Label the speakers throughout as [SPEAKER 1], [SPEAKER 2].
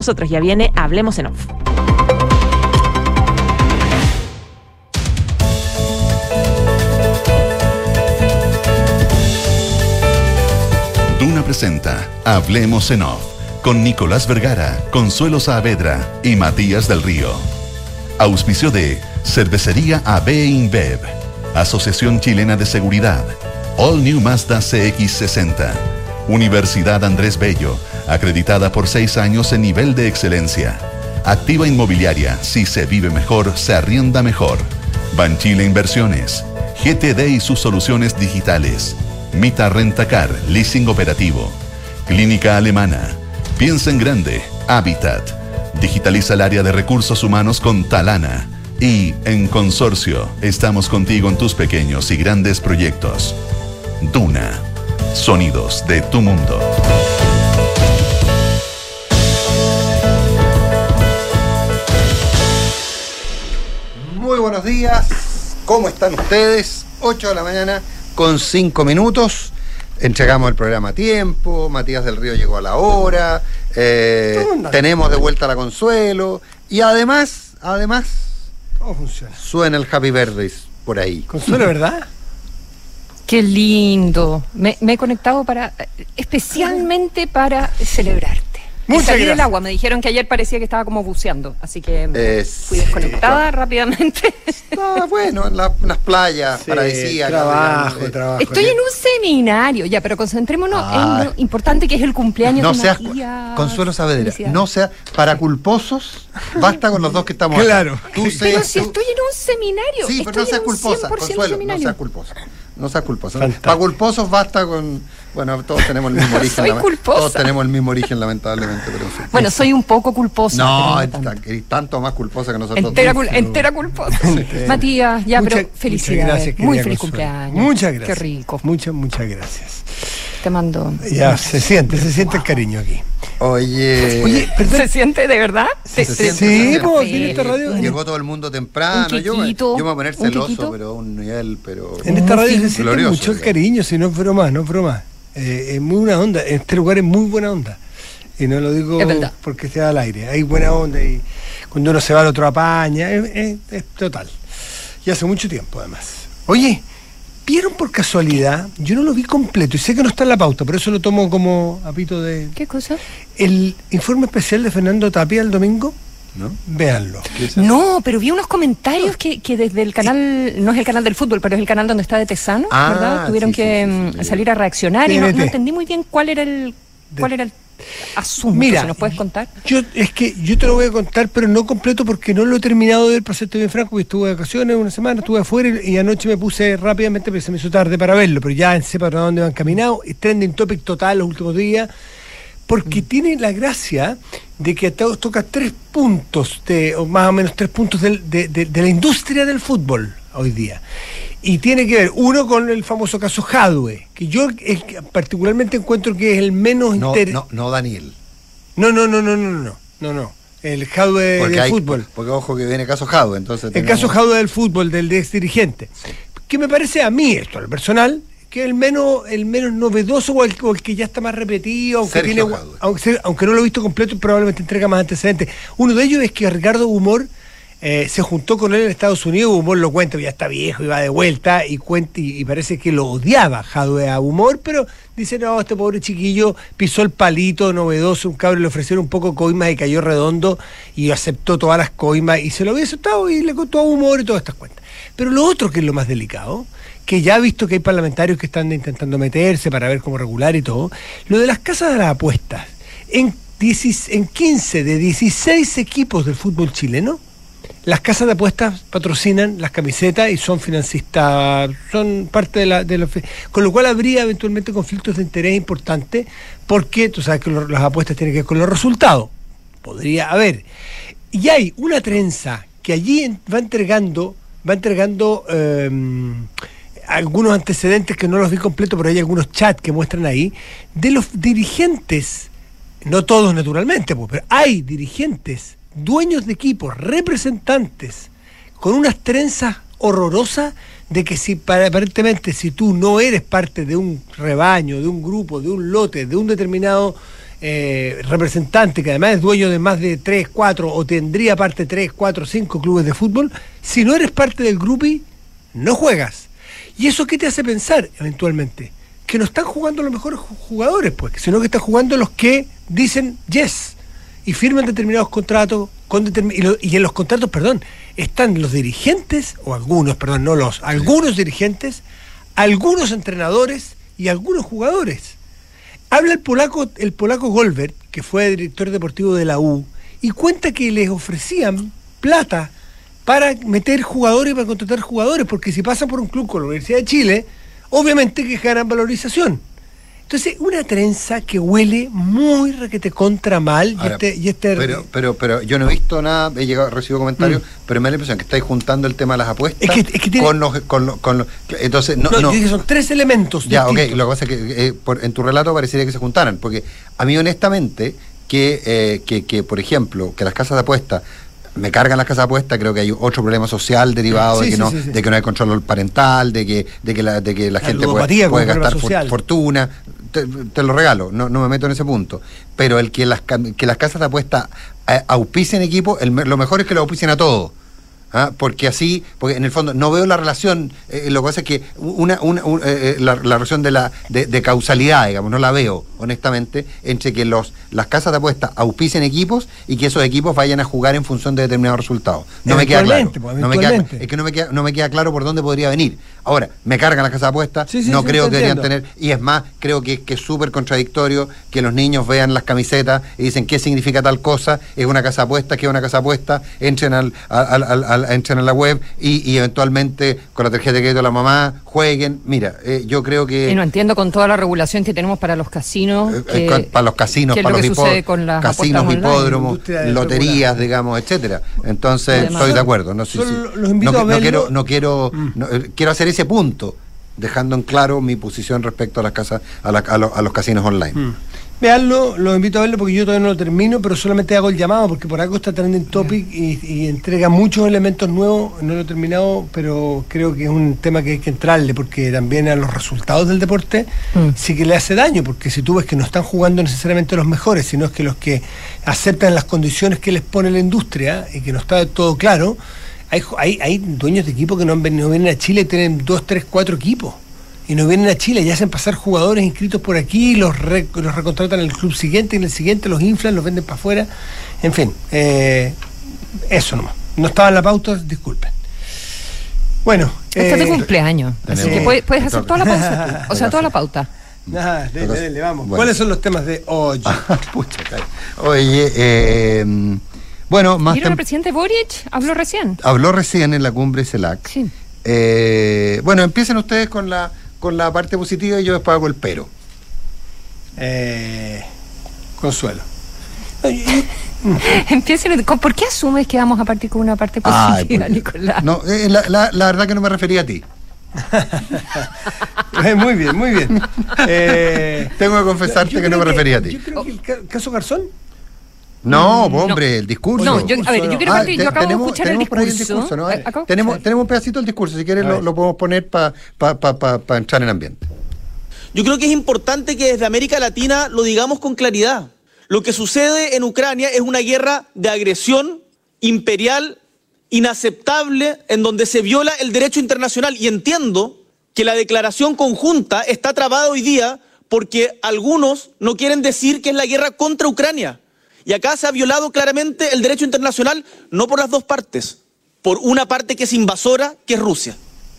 [SPEAKER 1] nosotros. Ya viene Hablemos en Off.
[SPEAKER 2] Duna presenta Hablemos en Off con Nicolás Vergara, Consuelo Saavedra y Matías del Río. Auspicio de Cervecería AB InBev, Asociación Chilena de Seguridad, All New Mazda CX-60, Universidad Andrés Bello, acreditada por 6 años en nivel de excelencia. Activa Inmobiliaria, si se vive mejor, se arrienda mejor. Banchile Inversiones, GTD y sus soluciones digitales. Mita Rentacar, leasing operativo. Clínica Alemana. Piensa en grande, Habitat. Digitaliza el área de recursos humanos con Talana. Y en Consorcio, estamos contigo en tus pequeños y grandes proyectos. Duna. Sonidos de tu mundo.
[SPEAKER 3] Muy buenos días. ¿Cómo están ustedes? 8 de la mañana con 5 minutos. Entregamos el programa a tiempo. Matías del Río llegó a la hora. Tenemos de vuelta a la Consuelo. Y además,
[SPEAKER 4] ¿cómo funciona?
[SPEAKER 3] Suena el Happy Birthdays por ahí.
[SPEAKER 4] Consuelo, ¿verdad?
[SPEAKER 5] Qué lindo. Me he conectado especialmente para celebrarte.
[SPEAKER 4] Muchas
[SPEAKER 5] Salí
[SPEAKER 4] gracias.
[SPEAKER 5] del agua. Me dijeron que ayer parecía que estaba como buceando, así que fui desconectada rápidamente.
[SPEAKER 3] Bueno, en unas playas paradisíacas.
[SPEAKER 4] Trabajo.
[SPEAKER 5] Estoy en un seminario, ya, pero concentrémonos en lo importante que es el cumpleaños
[SPEAKER 3] No
[SPEAKER 5] de
[SPEAKER 3] seas
[SPEAKER 5] Matías.
[SPEAKER 3] Consuelo Saavedra,
[SPEAKER 5] Felicidades.
[SPEAKER 3] no sea para culposos, basta con los dos que estamos
[SPEAKER 4] Claro.
[SPEAKER 3] acá.
[SPEAKER 5] Pero si estoy en un seminario.
[SPEAKER 3] Sí, pero no seas culposa, Consuelo,
[SPEAKER 5] seminario.
[SPEAKER 3] no seas culposa.
[SPEAKER 4] Fantástico.
[SPEAKER 3] Para culposos basta con... Bueno, todos tenemos el mismo origen.
[SPEAKER 5] Soy culposa.
[SPEAKER 3] Todos tenemos el mismo origen, lamentablemente, pero en fin.
[SPEAKER 5] Bueno, soy un poco culposa.
[SPEAKER 3] No,
[SPEAKER 5] pero no tanto.
[SPEAKER 3] eres tanto más culposa que nosotros.
[SPEAKER 5] Entera culposa. Matías, ya, pero felicidades.
[SPEAKER 4] Gracias,
[SPEAKER 5] muy
[SPEAKER 4] querida
[SPEAKER 5] feliz
[SPEAKER 4] Consuelo.
[SPEAKER 5] cumpleaños.
[SPEAKER 4] Muchas gracias.
[SPEAKER 5] Qué rico.
[SPEAKER 4] Muchas gracias.
[SPEAKER 5] Te mando.
[SPEAKER 4] Ya, se siente el cariño aquí.
[SPEAKER 3] Oye,
[SPEAKER 4] perdón.
[SPEAKER 5] ¿Se siente de verdad?
[SPEAKER 3] Se siente.
[SPEAKER 4] Sí, pues,
[SPEAKER 5] Sí.
[SPEAKER 4] en esta radio.
[SPEAKER 3] Llegó todo el mundo temprano.
[SPEAKER 5] Un
[SPEAKER 3] Yo me
[SPEAKER 5] quiquito,
[SPEAKER 3] voy a poner
[SPEAKER 5] un
[SPEAKER 3] celoso,
[SPEAKER 5] quiquito.
[SPEAKER 3] pero a un nivel, pero...
[SPEAKER 4] En esta radio se siente
[SPEAKER 3] glorioso,
[SPEAKER 4] mucho el
[SPEAKER 3] digamos.
[SPEAKER 4] cariño, si no es broma, es muy buena onda. En este lugar es muy buena onda. Y no lo digo
[SPEAKER 5] Es verdad.
[SPEAKER 4] porque sea al aire. Hay buena onda y cuando uno se va al otro apaña. Es total. Y hace mucho tiempo, además. Oye, ¿vieron por casualidad? Yo no lo vi completo y sé que no está en la pauta, pero eso lo tomo como apito de...
[SPEAKER 5] ¿Qué cosa?
[SPEAKER 4] El informe especial de Fernando Tapia el domingo.
[SPEAKER 3] ¿No?
[SPEAKER 4] Véanlo.
[SPEAKER 5] No, pero vi unos comentarios que desde el canal, no es el canal del fútbol, pero es el canal donde está de Tesano, ¿verdad? Tuvieron que salir a reaccionar y no entendí muy bien cuál era el asunto.
[SPEAKER 4] Mira,
[SPEAKER 5] ¿Se nos puedes contar?
[SPEAKER 4] Yo te lo voy a contar, pero no completo porque no lo he terminado de ver, para serte bien franco, porque estuve de vacaciones una semana, estuve afuera y anoche me puse rápidamente, porque se me hizo tarde para verlo, pero ya sé para dónde van caminado. Es trending topic total los últimos días, porque tiene la gracia de que toca 3 puntos, o más o menos 3 puntos de la industria del fútbol hoy día. Y tiene que ver, uno, con el famoso caso Jadwe, que yo particularmente encuentro que es el menos
[SPEAKER 3] No, Daniel.
[SPEAKER 4] No. El Jadwe del fútbol.
[SPEAKER 3] Porque ojo que viene caso Jadwe, entonces...
[SPEAKER 4] El caso Jadwe del fútbol, del ex dirigente. Sí. Que me parece a mí, esto, al personal, que el menos novedoso o el que ya está más repetido, aunque no lo he visto completo, probablemente entrega más antecedentes. Uno de ellos es que Ricardo Humor se juntó con él en Estados Unidos. Humor lo cuenta, ya está viejo y va de vuelta y parece que lo odiaba Jadwe a Humor, pero dice, no, este pobre chiquillo pisó el palito novedoso, un cabrón le ofrecieron un poco de coimas y cayó redondo y aceptó todas las coimas y se lo había aceptado y le contó a Humor y todas estas cuentas. Pero lo otro, que es lo más delicado, que ya he visto que hay parlamentarios que están intentando meterse para ver cómo regular y todo, lo de las casas de las apuestas. En 15 de 16 equipos del fútbol chileno, las casas de apuestas patrocinan las camisetas y son financistas, son parte de la con lo cual habría eventualmente conflictos de interés importantes, porque tú sabes que las apuestas tienen que ver con los resultados. Podría haber. Y hay una trenza que allí va entregando algunos antecedentes que no los vi completos, pero hay algunos chats que muestran ahí, de los dirigentes, no todos naturalmente, pero hay dirigentes, dueños de equipos, representantes, con unas trenzas horrorosas de que aparentemente si tú no eres parte de un rebaño, de un grupo, de un lote, de un determinado representante que además es dueño de más de 3, 4 o tendría parte 3, 4, 5 clubes de fútbol, si no eres parte del grupi, no juegas. ¿Y eso qué te hace pensar eventualmente? Que no están jugando los mejores jugadores, pues, sino que están jugando los que dicen yes y firman determinados contratos y en los contratos, están los dirigentes, o algunos, algunos dirigentes, algunos entrenadores y algunos jugadores. Habla el polaco Goldberg, que fue director deportivo de la U, y cuenta que les ofrecían plata para meter jugadores y para contratar jugadores, porque si pasan por un club con la Universidad de Chile, obviamente que ganan valorización. Entonces, una trenza que huele muy requete contra mal.
[SPEAKER 3] Ahora, pero yo no he visto nada, recibo comentarios, pero me da la impresión que estáis juntando el tema de las apuestas con los entonces, no.
[SPEAKER 4] Yo dije que son 3 elementos
[SPEAKER 3] ya,
[SPEAKER 4] distintos.
[SPEAKER 3] Lo que pasa es que en tu relato parecería que se juntaran, porque a mí honestamente, que por ejemplo, que las casas de apuestas me cargan las casas de apuestas, creo que hay otro problema social derivado de que no hay control parental, de que la gente puede gastar fortuna. Te lo regalo, no me meto en ese punto, pero el que las casas de apuestas auspicien equipos, lo mejor es que lo auspicien a todos. Porque en el fondo no veo la relación, lo que pasa es que la relación de causalidad, digamos, no la veo honestamente, entre que las casas de apuestas auspicien equipos y que esos equipos vayan a jugar en función de determinados resultados. No me queda claro. No me queda claro por dónde podría venir. Ahora, me cargan las casas de apuestas, no creo que deberían tener, y es más, creo que es súper contradictorio que los niños vean las camisetas y dicen qué significa tal cosa, es una casa de apuestas, que es una casa de apuestas, entren a la web y eventualmente con la tarjeta de crédito de la mamá jueguen. Mira, yo creo que...
[SPEAKER 5] Y no entiendo con toda la regulación que tenemos para los casinos.
[SPEAKER 3] Para los casinos, para los casinos, hipódromos, loterías, digamos, etcétera. Entonces, estoy de acuerdo. Quiero hacer ese punto, dejando en claro mi posición respecto a las casas, a los casinos online.
[SPEAKER 4] Veanlo, los invito a verlo porque yo todavía no lo termino, pero solamente hago el llamado porque por algo está trending topic y entrega muchos elementos nuevos. No lo he terminado, pero creo que es un tema que hay que entrarle, porque también a los resultados del deporte sí que le hace daño, porque si tú ves que no están jugando necesariamente los mejores, sino es que los que aceptan las condiciones que les pone la industria y que no está del todo claro, hay dueños de equipos que no vienen a Chile y tienen 2, 3, 4 equipos. Y no vienen a Chile y hacen pasar jugadores inscritos por aquí, los recontratan en el club siguiente, y en el siguiente los inflan, los venden para afuera. En fin, eso nomás. No estaba en la pauta, disculpen. Bueno.
[SPEAKER 5] Estás de cumpleaños, así que puedes hacer toda la pauta. O sea, toda la pauta.
[SPEAKER 4] Dale, vamos. Bueno. ¿Cuáles son los temas de hoy?
[SPEAKER 3] Oye, bueno, más
[SPEAKER 5] ¿Vieron al presidente Boric? Habló recién
[SPEAKER 3] en la cumbre CELAC.
[SPEAKER 5] Sí.
[SPEAKER 3] Bueno, empiecen ustedes con la parte positiva y yo después hago el pero.
[SPEAKER 4] Consuelo.
[SPEAKER 5] Empiecen. ¿Por qué asumes que vamos a partir con una parte positiva, Nicolás?
[SPEAKER 3] No, la verdad que no me refería a ti.
[SPEAKER 4] Muy bien.
[SPEAKER 3] Tengo que confesarte que no me refería a ti.
[SPEAKER 4] Yo creo que el caso Garzón.
[SPEAKER 3] No, hombre, el discurso.
[SPEAKER 5] No, yo quiero partir, yo acabo de escuchar el discurso.
[SPEAKER 3] ¿No? Tenemos un pedacito del discurso, si quieres lo podemos poner para entrar en ambiente.
[SPEAKER 1] Yo creo que es importante que desde América Latina lo digamos con claridad. Lo que sucede en Ucrania es una guerra de agresión imperial, inaceptable, en donde se viola el derecho internacional. Y entiendo que la declaración conjunta está trabada hoy día porque algunos no quieren decir que es la guerra contra Ucrania. Y acá se ha violado claramente el derecho internacional, no por las dos partes, por una parte que es invasora, que es Rusia.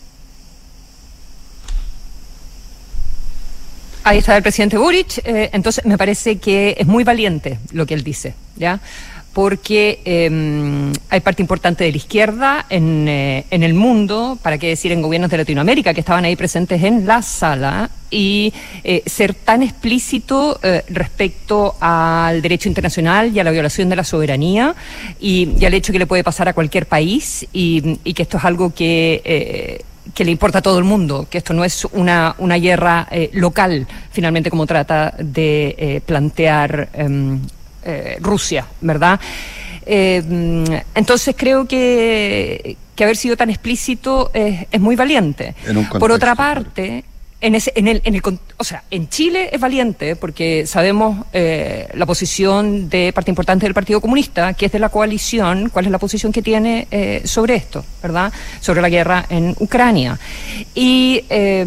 [SPEAKER 5] Ahí está el presidente Boric, entonces me parece que es muy valiente lo que él dice, ¿ya? Porque hay parte importante de la izquierda en el mundo, para qué decir en gobiernos de Latinoamérica, que estaban ahí presentes en la sala, y ser tan explícito respecto al derecho internacional y a la violación de la soberanía y al hecho que le puede pasar a cualquier país y que esto es algo que le importa a todo el mundo, que esto no es una guerra local, finalmente, como trata de plantear Rusia, ¿verdad? Entonces creo que haber sido tan explícito es muy valiente. Por otra parte, En Chile es valiente porque sabemos la posición de parte importante del Partido Comunista, que es de la coalición, cuál es la posición que tiene sobre esto, ¿verdad? Sobre la guerra en Ucrania. Y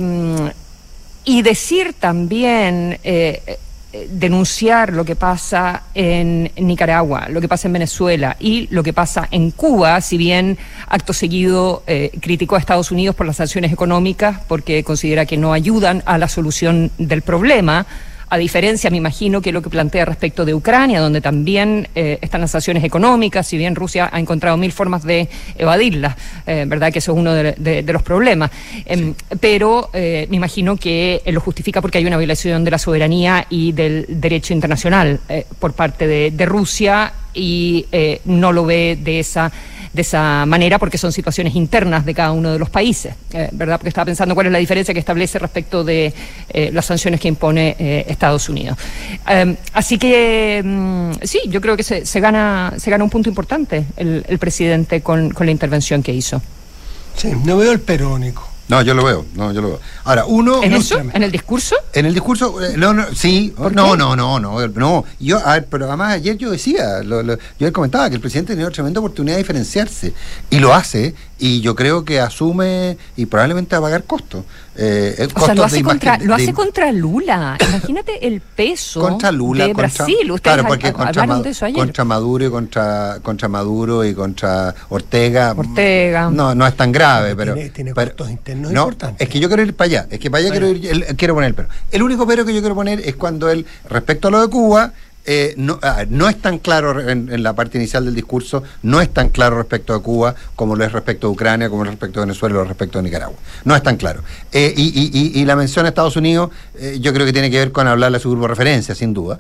[SPEAKER 5] decir también, denunciar lo que pasa en Nicaragua, lo que pasa en Venezuela y lo que pasa en Cuba, si bien acto seguido criticó a Estados Unidos por las sanciones económicas porque considera que no ayudan a la solución del problema, a diferencia, me imagino, que lo que plantea respecto de Ucrania, donde también están las sanciones económicas, si bien Rusia ha encontrado 1000 formas de evadirlas, ¿verdad? Que eso es uno de los problemas. Sí. Pero me imagino que lo justifica porque hay una violación de la soberanía y del derecho internacional por parte de Rusia y no lo ve de esa manera porque son situaciones internas de cada uno de los países, ¿verdad? Porque estaba pensando cuál es la diferencia que establece respecto de las sanciones que impone Estados Unidos. Así que sí, yo creo que se gana un punto importante el presidente con la intervención que hizo.
[SPEAKER 4] Sí, no veo el perónico.
[SPEAKER 3] No, yo lo veo. Ahora, uno...
[SPEAKER 5] ¿En eso? ¿En el discurso?
[SPEAKER 3] En el discurso, sí. No. Yo, pero además ayer yo decía, yo comentaba que el presidente tenía tremenda oportunidad de diferenciarse. Y lo hace, y yo creo que asume y probablemente va a pagar costos.
[SPEAKER 5] Lo hace contra Lula. Imagínate el peso
[SPEAKER 3] contra Lula,
[SPEAKER 5] de Brasil. Ustedes hablaron de eso ayer.
[SPEAKER 3] Contra Maduro y contra Ortega. No es tan grave, pero...
[SPEAKER 4] Tiene costos internos importantes.
[SPEAKER 3] Es que yo quiero ir para allá. Quiero poner el pero. El único pero que yo quiero poner es cuando él, respecto a lo de Cuba... no es tan claro en la parte inicial del discurso, no es tan claro respecto a Cuba como lo es respecto a Ucrania, como lo es respecto a Venezuela o respecto a Nicaragua. No es tan claro. Y la mención a Estados Unidos, yo creo que tiene que ver con hablarle a su grupo de referencia, sin duda.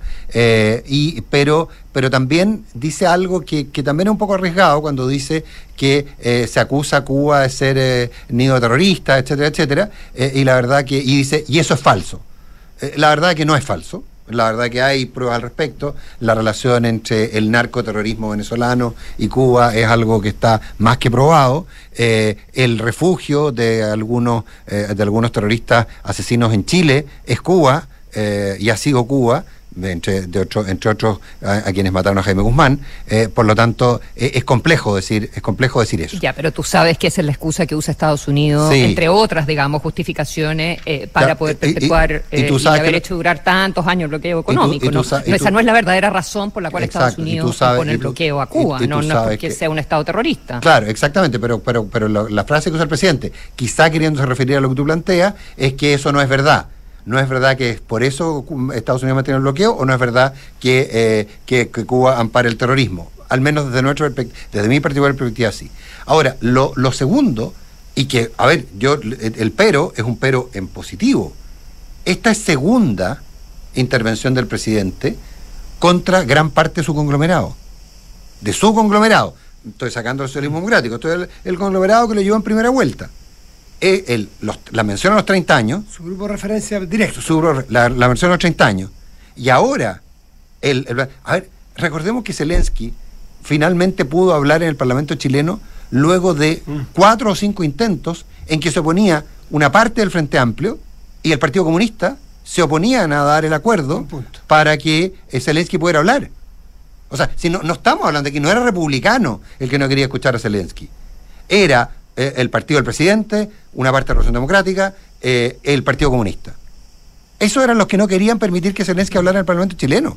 [SPEAKER 3] Pero también dice algo que también es un poco arriesgado cuando dice que se acusa a Cuba de ser nido de terroristas, etcétera, etcétera. Y la verdad que, y dice, y eso es falso. La verdad que no es falso. La verdad que hay pruebas al respecto. La relación entre el narcoterrorismo venezolano y Cuba es algo que está más que probado. El refugio de algunos terroristas asesinos en Chile es Cuba, y ha sido Cuba, entre otros a quienes mataron a Jaime Guzmán. Por lo tanto, es complejo decir eso.
[SPEAKER 5] Ya, pero tú sabes que esa es la excusa que usa Estados Unidos, sí, entre otras, digamos, justificaciones para poder perpetuar y haber hecho durar tantos años el bloqueo económico. Esa no es la verdadera razón por la cual Estados Unidos pone el bloqueo a Cuba, no es porque sea un Estado terrorista.
[SPEAKER 3] Claro, exactamente, pero la frase que usa el presidente, quizá queriéndose referir a lo que tú planteas, es que eso no es verdad. ¿No es verdad que por eso Estados Unidos mantiene el bloqueo o no es verdad que Cuba ampara el terrorismo? Al menos desde mi particular perspectiva, sí. Ahora, lo segundo, y que, a ver, el pero es un pero en positivo. Esta es segunda intervención del presidente contra gran parte de su conglomerado. De su conglomerado. Estoy sacando el socialismo democrático. Esto es el conglomerado que lo llevó en primera vuelta. La mención a los 30 años.
[SPEAKER 4] Su grupo de referencia directo.
[SPEAKER 3] La mención a los 30 años. Y ahora, a ver, recordemos que Zelensky finalmente pudo hablar en el Parlamento chileno luego de 4 o 5 intentos en que se oponía una parte del Frente Amplio y el Partido Comunista se oponían a dar el acuerdo para que Zelensky pudiera hablar. O sea, si no estamos hablando de que no era republicano el que no quería escuchar a Zelensky. Era el partido del presidente, una parte de la Revolución Democrática, el Partido Comunista. Esos eran los que no querían permitir que Zelensky hablara en el Parlamento chileno.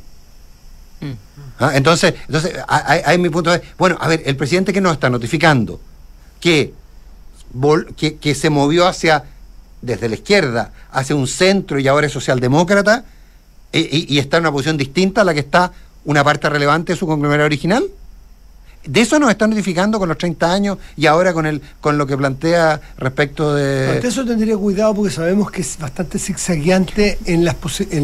[SPEAKER 3] Entonces hay mi punto de... Bueno, a ver, el presidente que nos está notificando que se movió desde la izquierda hacia un centro y ahora es socialdemócrata y está en una posición distinta a la que está una parte relevante de su conglomerado original. De eso nos está notificando con los 30 años y ahora con lo que plantea respecto de...
[SPEAKER 4] Ante eso tendría cuidado porque sabemos que es bastante zigzagueante en las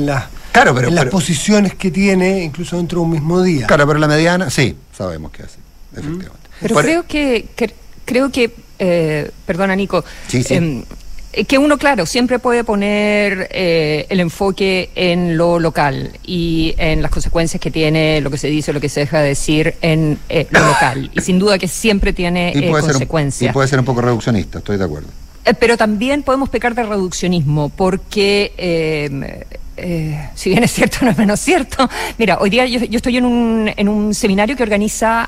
[SPEAKER 4] posiciones que tiene, incluso dentro de un mismo día.
[SPEAKER 3] Claro, pero la mediana, sí, sabemos que hace, efectivamente.
[SPEAKER 5] Pero creo que perdona, Nico,
[SPEAKER 3] sí.
[SPEAKER 5] Que uno, claro, siempre puede poner el enfoque en lo local y en las consecuencias que tiene lo que se dice, lo que se deja de decir en lo local. Y sin duda que siempre tiene consecuencias.
[SPEAKER 3] Y puede ser un poco reduccionista, estoy de acuerdo.
[SPEAKER 5] Pero también podemos pecar de reduccionismo, porque si bien es cierto, no es menos cierto. Mira, hoy día yo estoy en un seminario que organiza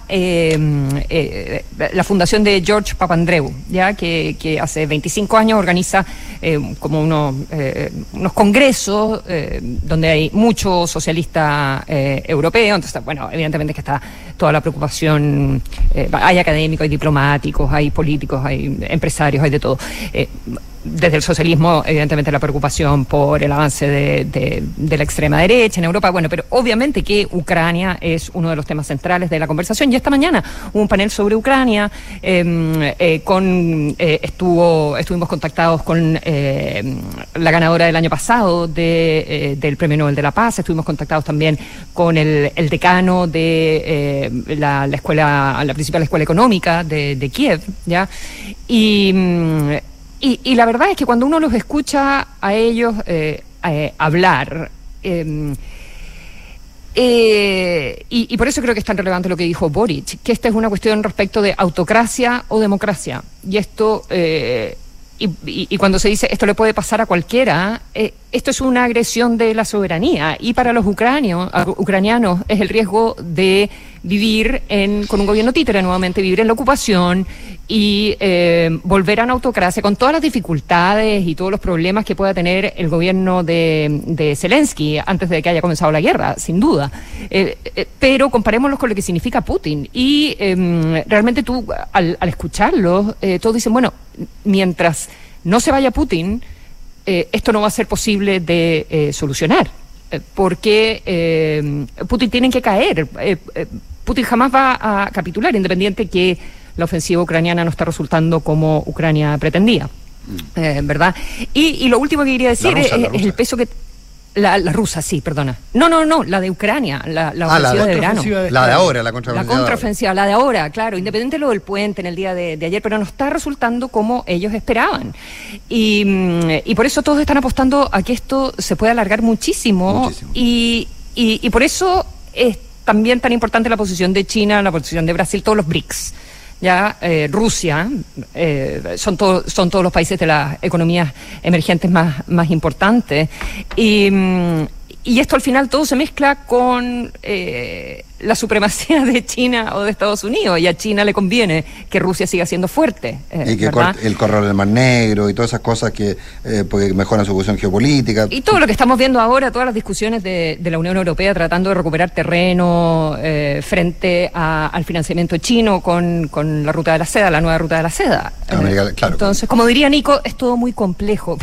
[SPEAKER 5] la fundación de George Papandreou, ya que hace 25 años organiza como unos congresos donde hay mucho socialista europeo. Entonces, bueno, evidentemente que está toda la preocupación, hay académicos, hay diplomáticos, hay políticos, hay empresarios, hay de todo. Desde el socialismo, evidentemente, la preocupación por el avance de la extrema derecha en Europa. Bueno, pero obviamente que Ucrania es uno de los temas centrales de la conversación. Y esta mañana hubo un panel sobre Ucrania. Estuvimos contactados con la ganadora del año pasado del Premio Nobel de la Paz. Estuvimos contactados también con el decano de la principal escuela económica de Kiev, ¿ya? Y la verdad es que cuando uno los escucha a ellos hablar, y por eso creo que es tan relevante lo que dijo Boric, que esta es una cuestión respecto de autocracia o democracia. Y esto, y cuando se dice esto le puede pasar a cualquiera, esto es una agresión de la soberanía. Y para los ucranianos es el riesgo de vivir con un gobierno títere nuevamente, vivir en la ocupación y volver a una autocracia con todas las dificultades y todos los problemas que pueda tener el gobierno de Zelensky antes de que haya comenzado la guerra, sin duda. Pero comparémoslo con lo que significa Putin. Y realmente tú, al escucharlos, todos dicen, bueno, mientras no se vaya Putin, esto no va a ser posible de solucionar. Porque Putin tiene que caer. Putin jamás va a capitular, independiente que la ofensiva ucraniana no está resultando como Ucrania pretendía, ¿verdad? Y lo último que quería decir es el peso que... La rusa, sí, perdona. No, la de Ucrania, la ofensiva de verano.
[SPEAKER 3] La de ahora, la contraofensiva.
[SPEAKER 5] La contraofensiva, la de ahora, claro, independiente de lo del puente en el día de ayer, pero no está resultando como ellos esperaban. Y por eso todos están apostando a que esto se pueda alargar muchísimo. Y por eso es también tan importante la posición de China, la posición de Brasil, todos los BRICS. Ya Rusia, son todos los países de las economías emergentes más importantes. Y esto al final todo se mezcla con la supremacía de China o de Estados Unidos, y a China le conviene que Rusia siga siendo fuerte.
[SPEAKER 3] Y que el corredor del Mar Negro y todas esas cosas que porque mejoran su posición geopolítica.
[SPEAKER 5] Y todo lo que estamos viendo ahora, todas las discusiones de la Unión Europea tratando de recuperar terreno frente al financiamiento chino con la ruta de la seda, la nueva ruta de la seda.
[SPEAKER 3] Claro.
[SPEAKER 5] Entonces, como diría Nico, es todo muy complejo,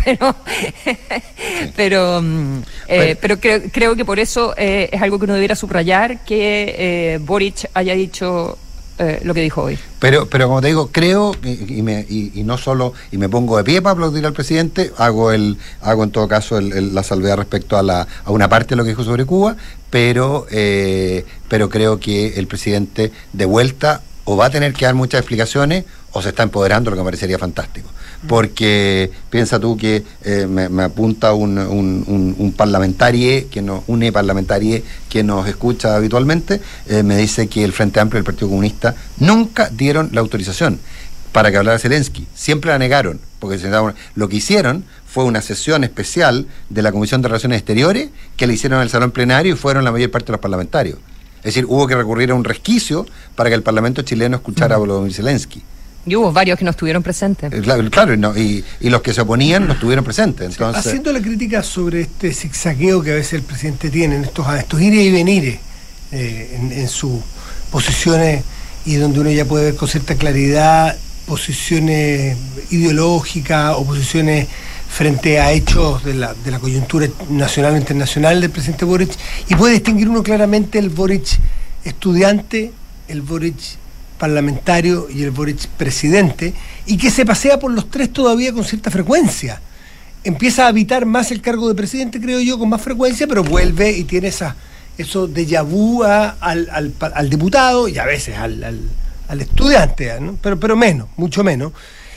[SPEAKER 5] pero creo que por eso es algo que uno debiera subrayar, que Boric haya dicho lo que dijo hoy.
[SPEAKER 3] Pero como te digo, creo, y no solo, y me pongo de pie para aplaudir al presidente, hago en todo caso la salvedad respecto a una parte de lo que dijo sobre Cuba, pero creo que el presidente de vuelta o va a tener que dar muchas explicaciones o se está empoderando, lo que me parecería fantástico. Porque piensa tú que me apunta un parlamentario que nos escucha habitualmente, me dice que el Frente Amplio y el Partido Comunista nunca dieron la autorización para que hablara Zelensky, siempre la negaron, porque lo que hicieron fue una sesión especial de la Comisión de Relaciones Exteriores que le hicieron en el salón plenario y fueron la mayor parte de los parlamentarios. Es decir, hubo que recurrir a un resquicio para que el Parlamento chileno escuchara a Volodymyr Zelensky.
[SPEAKER 5] Y hubo varios que no estuvieron presentes.
[SPEAKER 3] Claro, y los que se oponían no estuvieron presentes. Entonces...
[SPEAKER 4] Haciendo la crítica sobre este zigzagueo que a veces el presidente tiene en estos ires y venires en sus posiciones, y donde uno ya puede ver con cierta claridad posiciones ideológicas o posiciones frente a hechos de la coyuntura nacional o internacional del presidente Boric, y puede distinguir uno claramente el Boric estudiante, el Boric parlamentario y el Boric presidente, y que se pasea por los tres todavía con cierta frecuencia. Empieza a habitar más el cargo de presidente, creo yo, con más frecuencia, pero vuelve y tiene eso déjà vu al diputado y a veces al estudiante, ¿no? pero menos, mucho menos.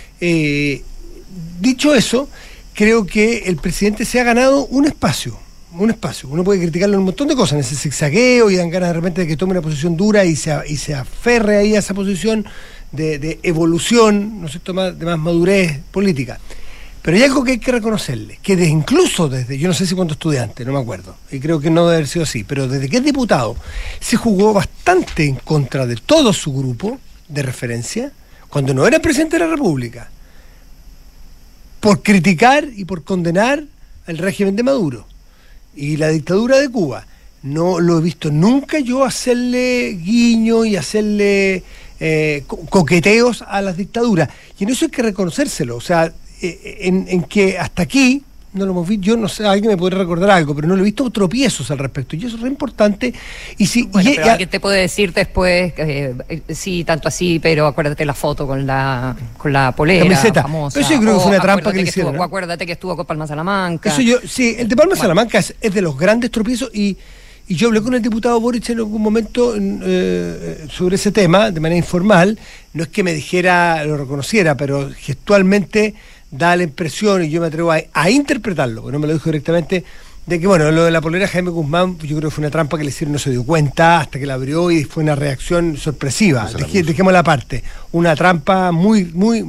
[SPEAKER 4] Dicho eso, creo que el presidente se ha ganado un espacio. Uno puede criticarlo en un montón de cosas, en ese zigzagueo, y dan ganas de repente de que tome una posición dura y se aferre ahí a esa posición de evolución, ¿no es cierto?, de más madurez política. Pero hay algo que hay que reconocerle, que incluso desde, yo no sé si cuando estudiante, no me acuerdo, y creo que no debe haber sido así, pero desde que es diputado, se jugó bastante en contra de todo su grupo de referencia, cuando no era presidente de la República, por criticar y por condenar el régimen de Maduro y la dictadura de Cuba. No lo he visto nunca yo hacerle guiño y hacerle coqueteos a las dictaduras. Y en eso hay que reconocérselo. O sea, en que hasta aquí no lo hemos visto, yo no sé, alguien me podría recordar algo, pero no lo he visto tropiezos al respecto, y eso es re importante. Y si
[SPEAKER 5] bueno, pero alguien te puede decir después, sí, tanto así, pero acuérdate la foto con la polera
[SPEAKER 4] camiseta
[SPEAKER 5] famosa.
[SPEAKER 4] Pero eso yo creo que fue una trampa que le hicieron.
[SPEAKER 5] O acuérdate que estuvo con Palma Salamanca.
[SPEAKER 4] Eso sí, el de Palma Salamanca es de los grandes tropiezos, y yo hablé con el diputado Boric en algún momento sobre ese tema, de manera informal. No es que me dijera, lo reconociera, pero gestualmente da la impresión, y yo me atrevo a interpretarlo, porque no me lo dijo directamente, de que, bueno, lo de la polera Jaime Guzmán, yo creo que fue una trampa que le hicieron, no se dio cuenta hasta que la abrió y fue una reacción sorpresiva. Dejémosla aparte. Una trampa muy,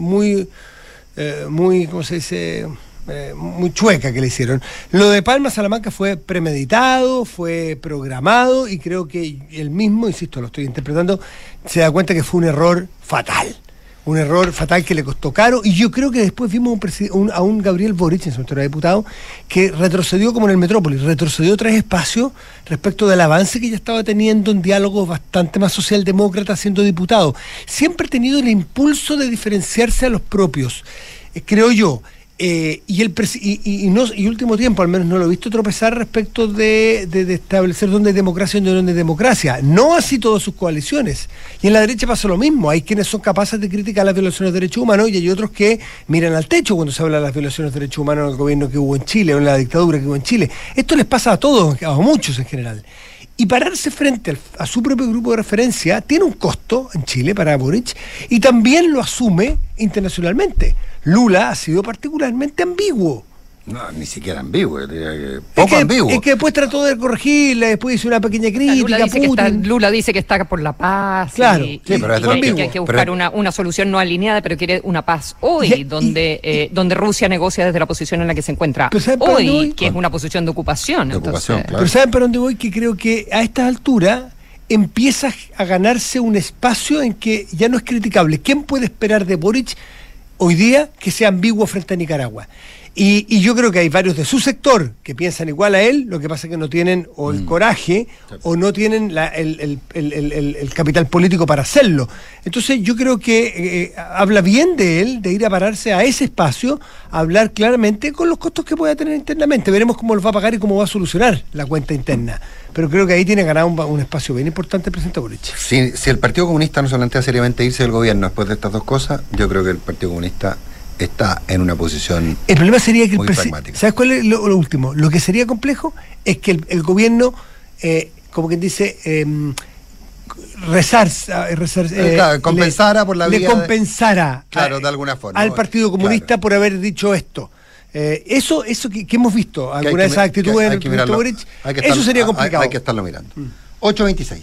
[SPEAKER 4] ¿cómo se dice?, muy chueca que le hicieron. Lo de Palma Salamanca fue premeditado, fue programado, y creo que él mismo, insisto, lo estoy interpretando, se da cuenta que fue un error fatal. Un error fatal que le costó caro, y yo creo que después vimos a un Gabriel Boric, en su momento era diputado, que retrocedió como en el Metrópolis, retrocedió 3 espacios respecto del avance que ya estaba teniendo en diálogos bastante más socialdemócrata siendo diputado. Siempre ha tenido el impulso de diferenciarse a los propios, creo yo. Y último tiempo al menos no lo he visto tropezar respecto de establecer dónde hay democracia y dónde no hay democracia. No así todas sus coaliciones. Y en la derecha pasa lo mismo. Hay quienes son capaces de criticar las violaciones de derechos humanos, y hay otros que miran al techo cuando se habla de las violaciones de derechos humanos en el gobierno que hubo en Chile o en la dictadura que hubo en Chile. Esto les pasa a todos, a muchos en general. Y pararse frente a su propio grupo de referencia tiene un costo en Chile para Boric, y también lo asume internacionalmente. Lula ha sido particularmente ambiguo.
[SPEAKER 3] No, ni siquiera ambiguo, poco ambiguo.
[SPEAKER 4] Es que después trató de corregirla, después hizo una pequeña crítica.
[SPEAKER 5] Lula dice que está por la paz.
[SPEAKER 4] Claro,
[SPEAKER 5] pero que hay que buscar una solución no alineada, pero quiere una paz hoy, donde Rusia negocia desde la posición en la que se encuentra hoy, que es una posición de ocupación.
[SPEAKER 3] Claro.
[SPEAKER 4] Pero ¿saben para dónde voy? Que creo que a estas alturas empieza a ganarse un espacio en que ya no es criticable. ¿Quién puede esperar de Boric hoy día que sea ambiguo frente a Nicaragua? Y yo creo que hay varios de su sector que piensan igual a él, lo que pasa es que no tienen o el coraje o no tienen el capital político para hacerlo. Entonces yo creo que habla bien de él, de ir a pararse a ese espacio, a hablar claramente con los costos que pueda tener internamente. Veremos cómo los va a pagar y cómo va a solucionar la cuenta interna. Pero creo que ahí tiene ganado un espacio bien importante el presidente Boric.
[SPEAKER 3] Si el Partido Comunista no se plantea seriamente irse del gobierno después de estas dos cosas, yo creo que el Partido Comunista está en una posición. El problema sería que
[SPEAKER 4] ¿sabes cuál es lo último? Lo que sería complejo es que el gobierno, como quien dice,
[SPEAKER 3] compensara por la vía.
[SPEAKER 4] Le compensara
[SPEAKER 3] de alguna forma
[SPEAKER 4] al Partido Comunista por haber dicho esto. Eso que hemos visto, alguna de esas actitudes del presidente Boric, eso sería complicado.
[SPEAKER 3] Hay que estarlo mirando. 8:26.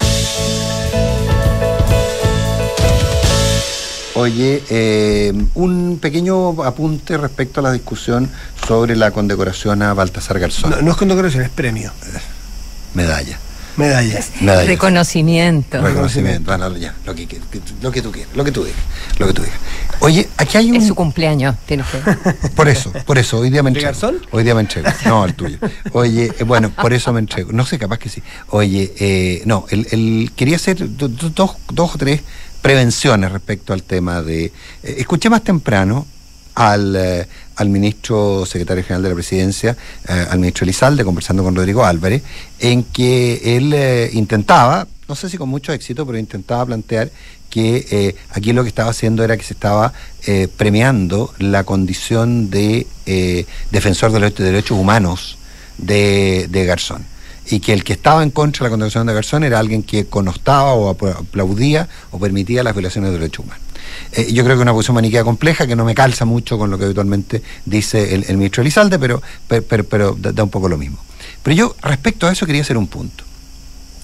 [SPEAKER 3] Oye, un pequeño apunte respecto a la discusión sobre la condecoración a Baltasar Garzón.
[SPEAKER 4] No es condecoración, es premio.
[SPEAKER 3] Medalla.
[SPEAKER 5] Reconocimiento.
[SPEAKER 3] Bueno, ya, lo que tú quieras, lo que tú digas. Oye, aquí hay un.
[SPEAKER 5] Es su cumpleaños, tienes que.
[SPEAKER 3] Por eso, hoy día me entrego.
[SPEAKER 4] ¿Garzón?
[SPEAKER 3] Hoy día me entrego. No, el tuyo. Oye, bueno, por eso me entrego. No sé, capaz que sí. Oye, no, quería hacer dos o tres prevenciones respecto al tema de. Escuché más temprano al ministro secretario general de la Presidencia, al ministro Elizalde, conversando con Rodrigo Álvarez, en que él intentaba, no sé si con mucho éxito, pero intentaba plantear que aquí lo que estaba haciendo era que se estaba premiando la condición de defensor de los derechos humanos de Garzón, y que el que estaba en contra de la condecoración de Garzón era alguien que connotaba o aplaudía o permitía las violaciones de derechos humanos. Yo creo que es una posición maniquea compleja que no me calza mucho con lo que habitualmente dice el ministro Elizalde, pero da un poco lo mismo. Pero yo respecto a eso quería hacer un punto.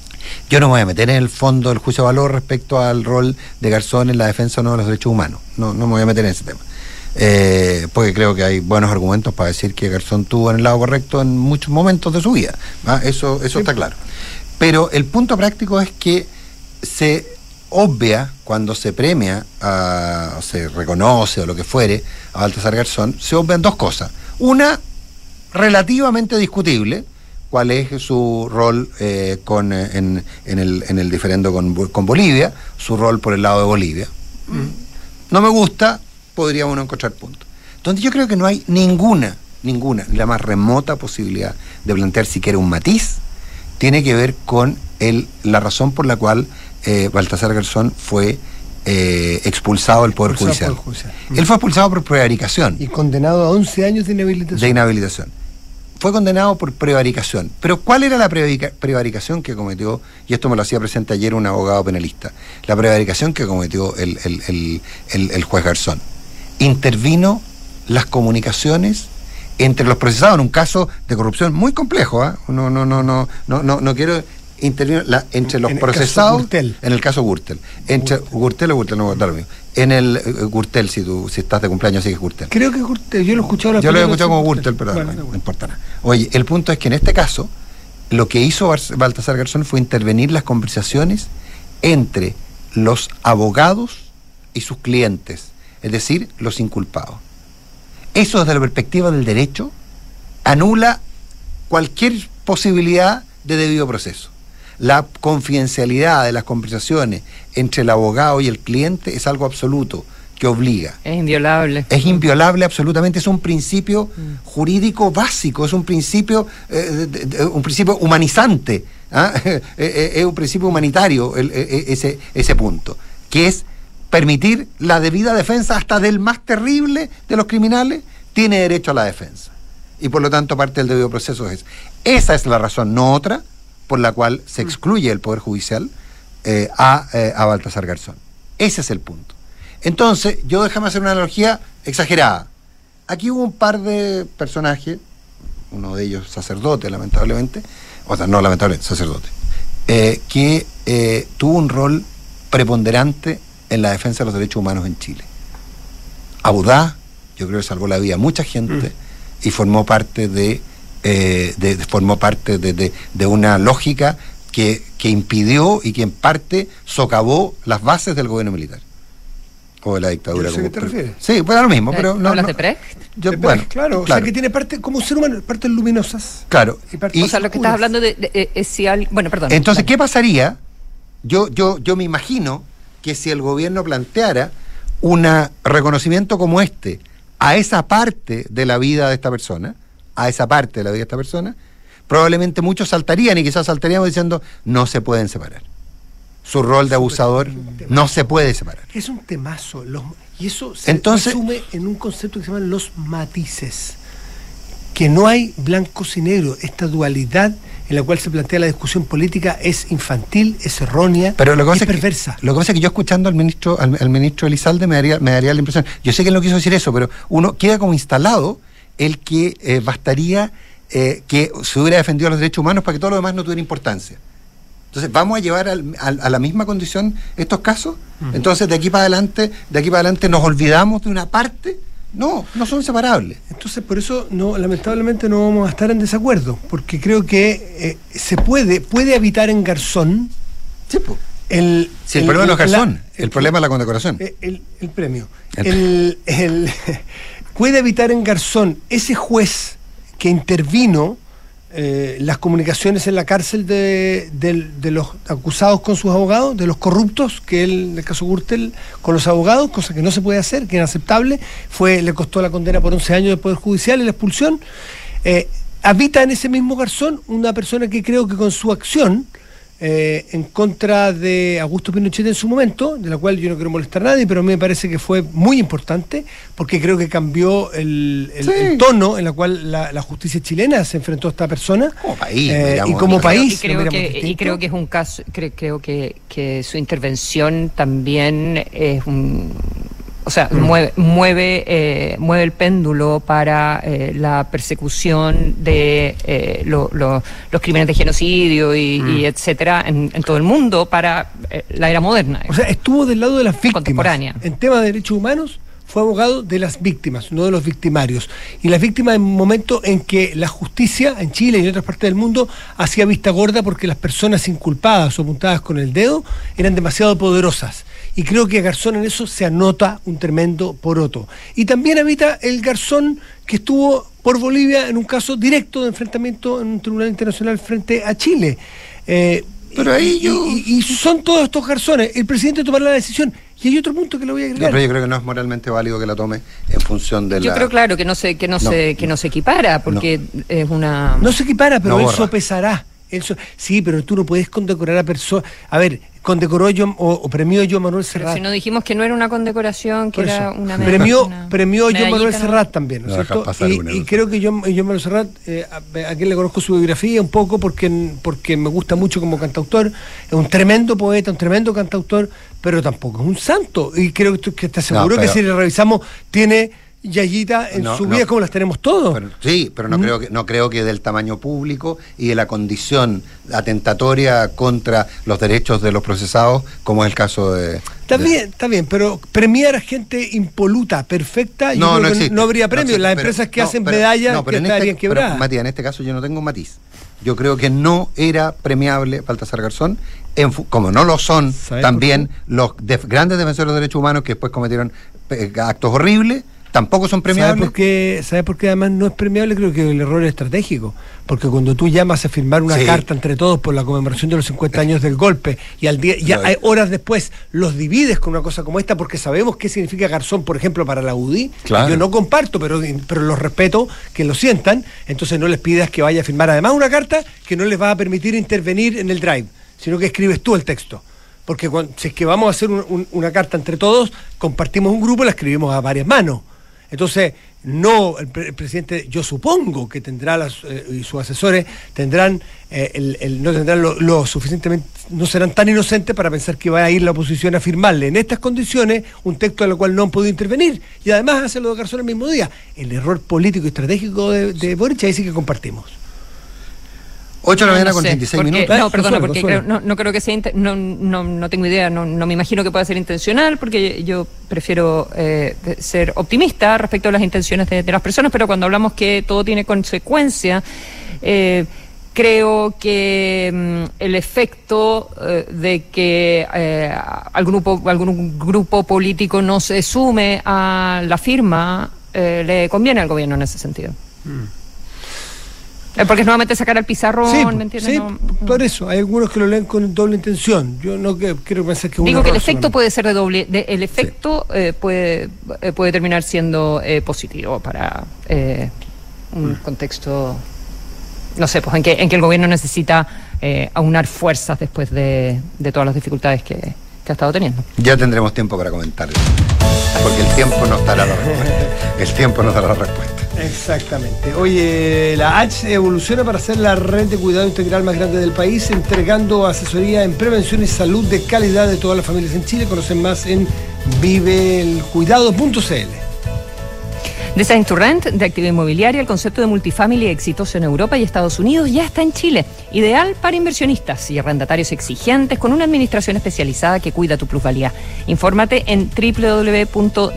[SPEAKER 3] Yo no me voy a meter en el fondo del juicio de valor respecto al rol de Garzón en la defensa o no de los derechos humanos. No me voy a meter en ese tema. Porque creo que hay buenos argumentos para decir que Garzón tuvo en el lado correcto en muchos momentos de su vida. Eso está claro. Pero el punto práctico es que se obvia, cuando se premia, o se reconoce o lo que fuere a Baltasar Garzón, se obvian dos cosas. Una, relativamente discutible, cuál es su rol en el diferendo con Bolivia, su rol por el lado de Bolivia. No me gusta, podría uno encontrar puntos. Donde yo creo que no hay ninguna, la más remota posibilidad de plantear siquiera un matiz, tiene que ver con la razón por la cual Baltasar Garzón fue expulsado del Poder Judicial. Él fue expulsado por prevaricación.
[SPEAKER 4] Y condenado a 11 años de inhabilitación.
[SPEAKER 3] Fue condenado por prevaricación. Pero ¿cuál era la prevaricación que cometió? Y esto me lo hacía presente ayer un abogado penalista. La prevaricación que cometió el juez Garzón. Intervino las comunicaciones entre los procesados en un caso de corrupción muy complejo. No quiero intervenir entre los procesados en el caso Gürtel. Entre Gürtel o Gürtel, no lo mismo. En el Gürtel, si estás de cumpleaños, sí que es Gürtel.
[SPEAKER 4] Creo que es Gürtel, yo lo he escuchado.
[SPEAKER 3] Yo lo he escuchado como Gürtel, pero bueno, no importa nada. Oye, el punto es que en este caso, lo que hizo Baltasar Garzón fue intervenir las conversaciones entre los abogados y sus clientes, es decir, los inculpados. Eso, desde la perspectiva del derecho, anula cualquier posibilidad de debido proceso. La confidencialidad de las conversaciones entre el abogado y el cliente es algo absoluto que obliga.
[SPEAKER 5] Es inviolable.
[SPEAKER 3] Es inviolable absolutamente, es un principio jurídico básico, es un principio humanizante, es un principio humanitario ese punto, que es permitir la debida defensa hasta del más terrible de los criminales, tiene derecho a la defensa. Y por lo tanto parte del debido proceso es. Esa es la razón, no otra, por la cual se excluye el Poder Judicial a Baltasar Garzón. Ese es el punto. Entonces, déjame hacer una analogía exagerada. Aquí hubo un par de personajes, uno de ellos sacerdote, lamentablemente, sacerdote, que tuvo un rol preponderante en la defensa de los derechos humanos en Chile. Abudá, yo creo que salvó la vida a mucha gente y formó parte de una lógica que impidió y que en parte socavó las bases del gobierno militar o de la dictadura.
[SPEAKER 4] ¿A qué te refieres?
[SPEAKER 3] Sí, pues lo mismo, pero no.
[SPEAKER 5] ¿Hablas de Precht?
[SPEAKER 3] Bueno,
[SPEAKER 4] claro, o sea que tiene parte como ser humano, partes luminosas.
[SPEAKER 3] Claro.
[SPEAKER 5] O sea, lo que estás hablando bueno, perdón.
[SPEAKER 3] Entonces, ¿qué pasaría? Yo me imagino que si el gobierno planteara un reconocimiento como este a esa parte de la vida de esta persona, probablemente muchos saltarían, y quizás saltaríamos diciendo no se pueden separar. Su rol de abusador no se puede separar.
[SPEAKER 4] Es un temazo. Y eso se resume en un concepto que se llama los matices. Que no hay blancos y negros. Esta dualidad en la cual se plantea la discusión política es infantil, es errónea,
[SPEAKER 3] pero
[SPEAKER 4] es perversa.
[SPEAKER 3] Lo que pasa es que yo escuchando al ministro Elizalde me daría la impresión, yo sé que él no quiso decir eso, pero uno queda como instalado el que bastaría que se hubiera defendido los derechos humanos para que todo lo demás no tuviera importancia. Entonces, ¿vamos a llevar a la misma condición estos casos? Entonces, de aquí para adelante nos olvidamos de una parte. No son separables.
[SPEAKER 4] Entonces, por eso lamentablemente no vamos a estar en desacuerdo, porque creo que se puede habitar en Garzón.
[SPEAKER 3] Sí, pues. El problema no es Garzón, el problema es la condecoración.
[SPEAKER 4] El premio. Puede habitar en Garzón ese juez que intervino las comunicaciones en la cárcel de los acusados con sus abogados, de los corruptos, que él, en el caso Gürtel, con los abogados, cosa que no se puede hacer, que es inaceptable, le costó la condena por 11 años del Poder Judicial y la expulsión. Habita en ese mismo Garzón una persona que creo que con su acción en contra de Augusto Pinochet en su momento, de la cual yo no quiero molestar a nadie, pero a mí me parece que fue muy importante, porque creo que cambió el tono en el cual la justicia chilena se enfrentó a esta persona
[SPEAKER 3] como país,
[SPEAKER 4] y como país.
[SPEAKER 5] Y creo que es un caso, creo que su intervención también es o sea, mueve el péndulo para la persecución de los crímenes de genocidio y etcétera en todo el mundo para la era moderna.
[SPEAKER 4] O sea, estuvo del lado de las víctimas.
[SPEAKER 5] Contemporánea.
[SPEAKER 4] En temas de derechos humanos fue abogado de las víctimas, no de los victimarios. Y las víctimas en un momento en que la justicia en Chile y en otras partes del mundo hacía vista gorda porque las personas inculpadas o apuntadas con el dedo eran demasiado poderosas. Y creo que Garzón en eso se anota un tremendo poroto. Y también habita el Garzón que estuvo por Bolivia en un caso directo de enfrentamiento en un tribunal internacional frente a Chile.
[SPEAKER 3] Pero ahí
[SPEAKER 4] y son todos estos Garzones. El presidente tomará la decisión. Y hay otro punto que lo voy a agregar.
[SPEAKER 3] No, pero yo creo que no es moralmente válido que la tome en función de
[SPEAKER 5] Yo creo, claro, que no se equipara, porque es una...
[SPEAKER 4] No se equipara, pero él sopesará. Sí, pero tú no puedes condecorar a personas. A ver, condecoró o premió Joan Manuel Serrat.
[SPEAKER 5] Pero si no dijimos que no era una condecoración, que era una
[SPEAKER 4] premió Joan Manuel Serrat también, ¿no es cierto? Y creo que Joan Manuel Serrat, a quien le conozco su biografía un poco porque me gusta mucho como cantautor, es un tremendo poeta, un tremendo cantautor, pero tampoco es un santo. Y creo que te aseguro que si le revisamos, tiene yayita en su vida como las tenemos todos.
[SPEAKER 3] Pero no creo que del tamaño público y de la condición atentatoria contra los derechos de los procesados, como es el caso de...
[SPEAKER 4] Está bien, pero premiar a gente impoluta, perfecta, no habría premio. Las empresas que hacen medallas que estarían quebradas.
[SPEAKER 3] Matías, en este caso yo no tengo un matiz. Yo creo que no era premiable Baltasar Garzón, como no lo son también los grandes defensores de los derechos humanos que después cometieron actos horribles. Tampoco son premiables.
[SPEAKER 4] ¿Sabes por qué además no es premiable? Creo que el error es estratégico. Porque cuando tú llamas a firmar una carta entre todos por la conmemoración de los 50 años del golpe y al día, horas después los divides con una cosa como esta porque sabemos qué significa Garzón, por ejemplo, para la UDI. Claro. Yo no comparto, pero los respeto, que lo sientan. Entonces no les pidas que vaya a firmar además una carta que no les va a permitir intervenir en el drive, sino que escribes tú el texto. Porque si es que vamos a hacer una carta entre todos, compartimos un grupo y la escribimos a varias manos. Entonces, el presidente, yo supongo que tendrá y sus asesores tendrán no tendrán lo suficientemente, no serán tan inocentes para pensar que va a ir la oposición a firmarle en estas condiciones un texto en el cual no han podido intervenir y además hacerlo de Garzón el mismo día. El error político y estratégico de Boric ahí sí que compartimos.
[SPEAKER 3] 8 de la mañana con 36 minutos.
[SPEAKER 5] No, perdona, porque no creo que sea... No tengo idea, no me imagino que pueda ser intencional, porque yo prefiero ser optimista respecto a las intenciones de las personas, pero cuando hablamos que todo tiene consecuencia, creo que el efecto de que algún grupo político no se sume a la firma le conviene al gobierno en ese sentido. Porque es nuevamente sacar al pizarrón, ¿me entiendes? Sí,
[SPEAKER 4] por eso. Hay algunos que lo leen con doble intención. Yo no quiero pensar que...
[SPEAKER 5] Digo que el efecto puede ser de doble... el efecto puede terminar siendo positivo para un contexto... No sé, pues en que el gobierno necesita aunar fuerzas después de todas las dificultades que ha estado teniendo.
[SPEAKER 3] Ya tendremos tiempo para comentarlo. Porque el tiempo nos dará la respuesta. El tiempo nos dará la respuesta.
[SPEAKER 4] Exactamente. Oye, la H evoluciona para ser la red de cuidado integral más grande del país, entregando asesoría en prevención y salud de calidad de todas las familias en Chile. Conocen más en viveelcuidado.cl.
[SPEAKER 5] Design to Rent, de actividad inmobiliaria, el concepto de multifamily exitoso en Europa y Estados Unidos ya está en Chile. Ideal para inversionistas y arrendatarios exigentes con una administración especializada que cuida tu plusvalía. Infórmate en www.d2r.cl.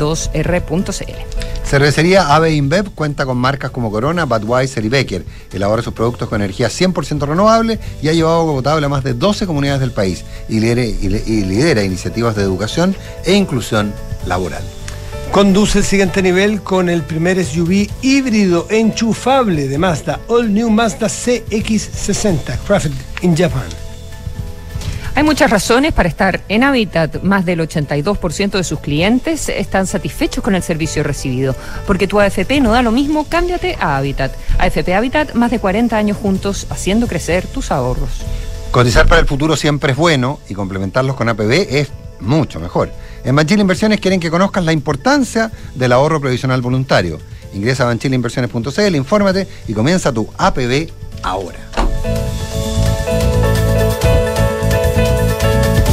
[SPEAKER 3] Cervecería AB InBev cuenta con marcas como Corona, Budweiser y Becker. Elabora sus productos con energía 100% renovable y ha llevado agua potable a más de 12 comunidades del país y lidera iniciativas de educación e inclusión laboral.
[SPEAKER 4] Conduce el siguiente nivel con el primer SUV híbrido enchufable de Mazda, All New Mazda CX-60, crafted in Japan.
[SPEAKER 5] Hay muchas razones para estar en Habitat. Más del 82% de sus clientes están satisfechos con el servicio recibido. Porque tu AFP no da lo mismo, cámbiate a Habitat. AFP Habitat, más de 40 años juntos, haciendo crecer tus ahorros.
[SPEAKER 3] Cotizar para el futuro siempre es bueno y complementarlos con APB es mucho mejor. En Banchile Inversiones quieren que conozcas la importancia del ahorro previsional voluntario. Ingresa a banchileinversiones.cl, infórmate y comienza tu APB ahora.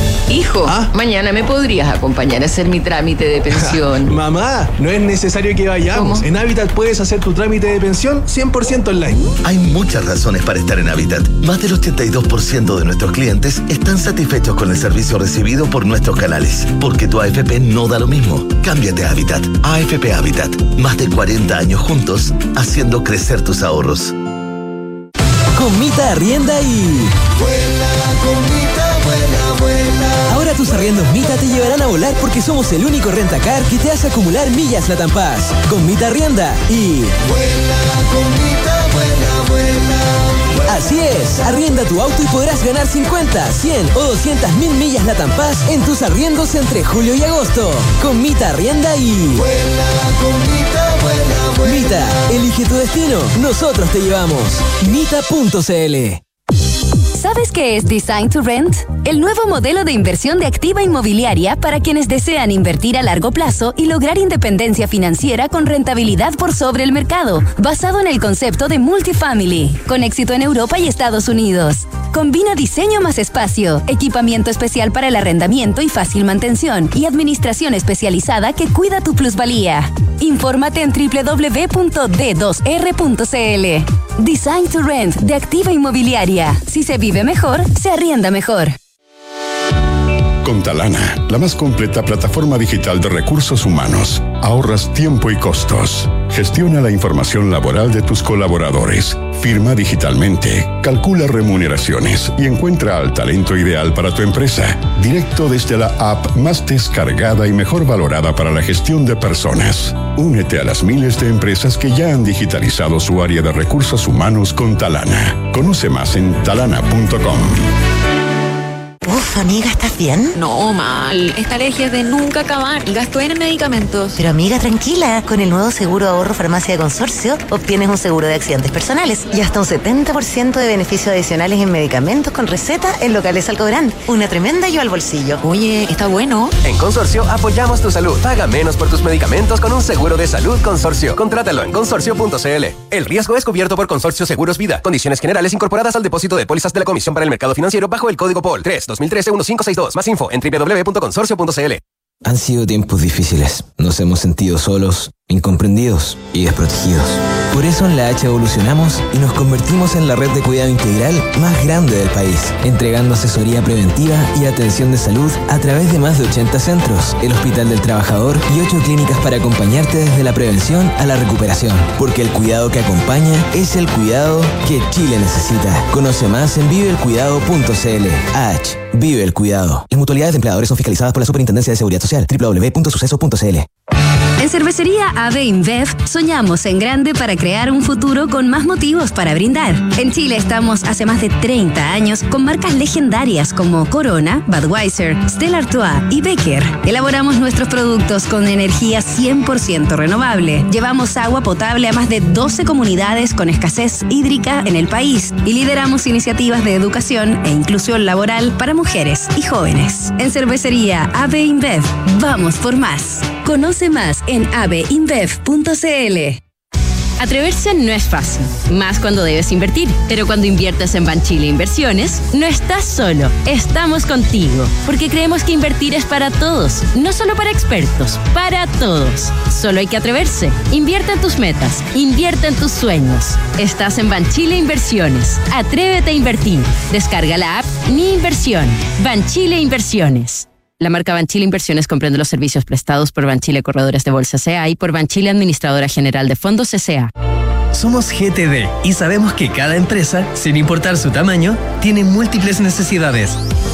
[SPEAKER 6] Hijo, mañana me podrías acompañar a hacer mi trámite de pensión.
[SPEAKER 7] Mamá, no es necesario que vayamos. ¿Cómo? En Habitat puedes hacer tu trámite de pensión 100% online.
[SPEAKER 8] Hay muchas razones para estar en Habitat. Más del 82% de nuestros clientes están satisfechos con el servicio recibido por nuestros canales. Porque tu AFP no da lo mismo. Cámbiate a Habitat. AFP Habitat. Más de 40 años juntos, haciendo crecer tus ahorros.
[SPEAKER 9] Con Mita arrienda y...
[SPEAKER 10] Vuela con Mita, vuela, vuela.
[SPEAKER 9] Ahora tus arriendos Mita te llevarán a volar porque somos el único rentacar que te hace acumular millas LATAM Pass. Con Mita arrienda y...
[SPEAKER 10] Vuela con Mita, vuela, vuela.
[SPEAKER 9] Así es, arrienda tu auto y podrás ganar 50, 100 o 200.000 millas LATAM Pass en tus arriendos entre julio y agosto. Con Mita arrienda y...
[SPEAKER 10] Vuela con Mita, vuela, vuela.
[SPEAKER 9] Mita, elige tu destino, nosotros te llevamos. Mita.cl.
[SPEAKER 11] ¿Sabes qué es Design to Rent? El nuevo modelo de inversión de activa inmobiliaria para quienes desean invertir a largo plazo y lograr independencia financiera con rentabilidad por sobre el mercado, basado en el concepto de multifamily, con éxito en Europa y Estados Unidos. Combina diseño más espacio, equipamiento especial para el arrendamiento y fácil mantención, y administración especializada que cuida tu plusvalía. Infórmate en www.d2r.cl. Design to Rent de Activa Inmobiliaria. Si se vive mejor, se arrienda mejor.
[SPEAKER 12] Con Talana, la más completa plataforma digital de recursos humanos, ahorras tiempo y costos. Gestiona la información laboral de tus colaboradores. Firma digitalmente, calcula remuneraciones y encuentra al talento ideal para tu empresa, directo desde la app más descargada y mejor valorada para la gestión de personas. Únete a las miles de empresas que ya han digitalizado su área de recursos humanos con Talana. Conoce más en talana.com.
[SPEAKER 13] Uf, amiga, ¿estás bien?
[SPEAKER 14] No, mal. Esta alergia es de nunca acabar. Gasto en medicamentos.
[SPEAKER 13] Pero amiga, tranquila. Con el nuevo seguro ahorro farmacia de Consorcio, obtienes un seguro de accidentes personales y hasta un 70% de beneficios adicionales en medicamentos con receta en locales Alcobrán. Una tremenda ayuda al bolsillo.
[SPEAKER 14] Oye, está bueno.
[SPEAKER 15] En Consorcio apoyamos tu salud. Paga menos por tus medicamentos con un seguro de salud Consorcio. Contrátalo en consorcio.cl. El riesgo es cubierto por Consorcio Seguros Vida. Condiciones generales incorporadas al depósito de pólizas de la Comisión para el Mercado Financiero bajo el código POL 3-2013-1562. Más info en www.consorcio.cl.
[SPEAKER 16] Han sido tiempos difíciles. Nos hemos sentido solos, incomprendidos y desprotegidos. Por eso en la H evolucionamos y nos convertimos en la red de cuidado integral más grande del país, entregando asesoría preventiva y atención de salud a través de más de 80 centros, el Hospital del Trabajador y 8 clínicas para acompañarte desde la prevención a la recuperación. Porque el cuidado que acompaña es el cuidado que Chile necesita. Conoce más en viveelcuidado.cl. H. Vive el cuidado. Las mutualidades de empleadores son fiscalizadas por la Superintendencia de Seguridad Social. www.suceso.cl.
[SPEAKER 11] En Cervecería AB InBev soñamos en grande para crear un futuro con más motivos para brindar. En Chile estamos hace más de 30 años con marcas legendarias como Corona, Budweiser, Stella Artois y Becker. Elaboramos nuestros productos con energía 100% renovable. Llevamos agua potable a más de 12 comunidades con escasez hídrica en el país y lideramos iniciativas de educación e inclusión laboral para mujeres y jóvenes. En Cervecería AB InBev, vamos por más. Conoce más en abinbev.cl.
[SPEAKER 17] Atreverse no es fácil, más cuando debes invertir. Pero cuando inviertes en Banchile Inversiones, no estás solo, estamos contigo. Porque creemos que invertir es para todos, no solo para expertos, para todos. Solo hay que atreverse. Invierte en tus metas, invierte en tus sueños. Estás en Banchile Inversiones. Atrévete a invertir. Descarga la app Mi Inversión. Banchile Inversiones. La marca Banchile Inversiones comprende los servicios prestados por Banchile Corredores de Bolsa S.A. y por Banchile Administradora General de Fondos S.A.
[SPEAKER 18] Somos GTD y sabemos que cada empresa, sin importar su tamaño, tiene múltiples necesidades.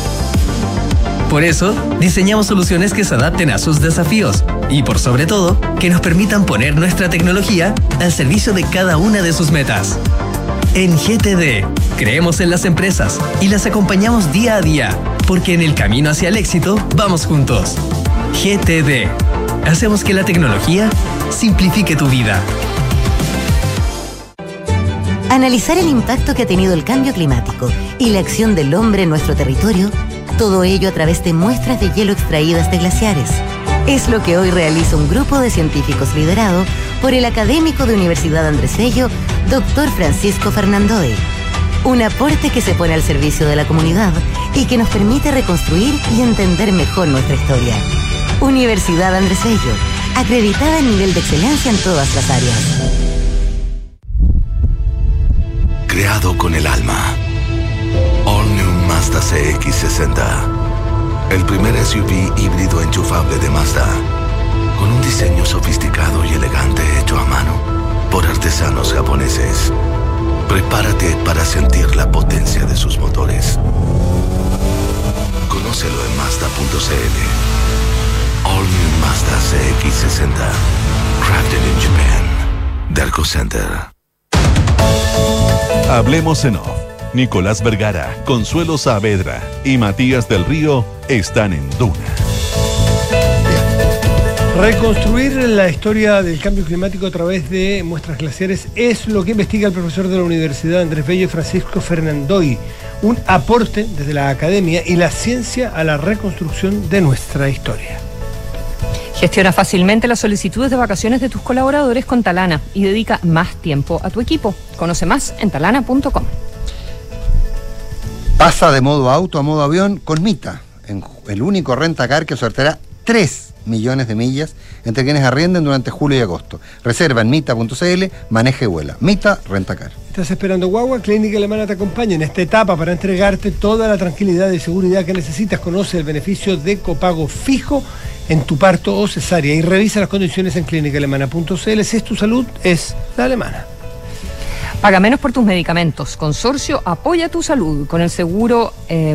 [SPEAKER 18] Por eso, diseñamos soluciones que se adapten a sus desafíos y, por sobre todo, que nos permitan poner nuestra tecnología al servicio de cada una de sus metas. En GTD, creemos en las empresas y las acompañamos día a día, porque en el camino hacia el éxito vamos juntos. GTD. Hacemos que la tecnología simplifique tu vida.
[SPEAKER 13] Analizar el impacto que ha tenido el cambio climático y la acción del hombre en nuestro territorio, todo ello a través de muestras de hielo extraídas de glaciares. Es lo que hoy realiza un grupo de científicos liderado por el académico de Universidad Andrés Bello, Dr. Francisco Fernandoe. Un aporte que se pone al servicio de la comunidad y que nos permite reconstruir y entender mejor nuestra historia. Universidad Andrés Bello, acreditada en nivel de excelencia en todas las áreas.
[SPEAKER 8] Creado con el alma. All New Mazda CX-60. El primer SUV híbrido enchufable de Mazda. Con un diseño sofisticado y elegante hecho a mano por artesanos japoneses. Prepárate para sentir la potencia de sus motores. Conócelo en Mazda.cl. All New Mazda CX-60. Crafted in Japan. Derco Center.
[SPEAKER 2] Hablemos en off. Nicolás Vergara, Consuelo Saavedra y Matías del Río están en Duna.
[SPEAKER 4] Reconstruir la historia del cambio climático a través de muestras glaciares es lo que investiga el profesor de la Universidad Andrés Bello, Francisco Fernandoy. Un aporte desde la academia y la ciencia a la reconstrucción de nuestra historia.
[SPEAKER 5] Gestiona fácilmente las solicitudes de vacaciones de tus colaboradores con Talana y dedica más tiempo a tu equipo. Conoce más en talana.com.
[SPEAKER 3] Pasa de modo auto a modo avión con Mita, el único rentacar que sorteará 3 millones de millas entre quienes arrienden durante julio y agosto. Reserva en mita.cl, maneja y vuela. Mita Rentacar.
[SPEAKER 4] ¿Estás esperando guagua? Clínica Alemana te acompaña en esta etapa para entregarte toda la tranquilidad y seguridad que necesitas. Conoce el beneficio de copago fijo en tu parto o cesárea y revisa las condiciones en clínicaalemana.cl. Si es tu salud, es la alemana.
[SPEAKER 5] Paga menos por tus medicamentos. Consorcio apoya tu salud. Con el seguro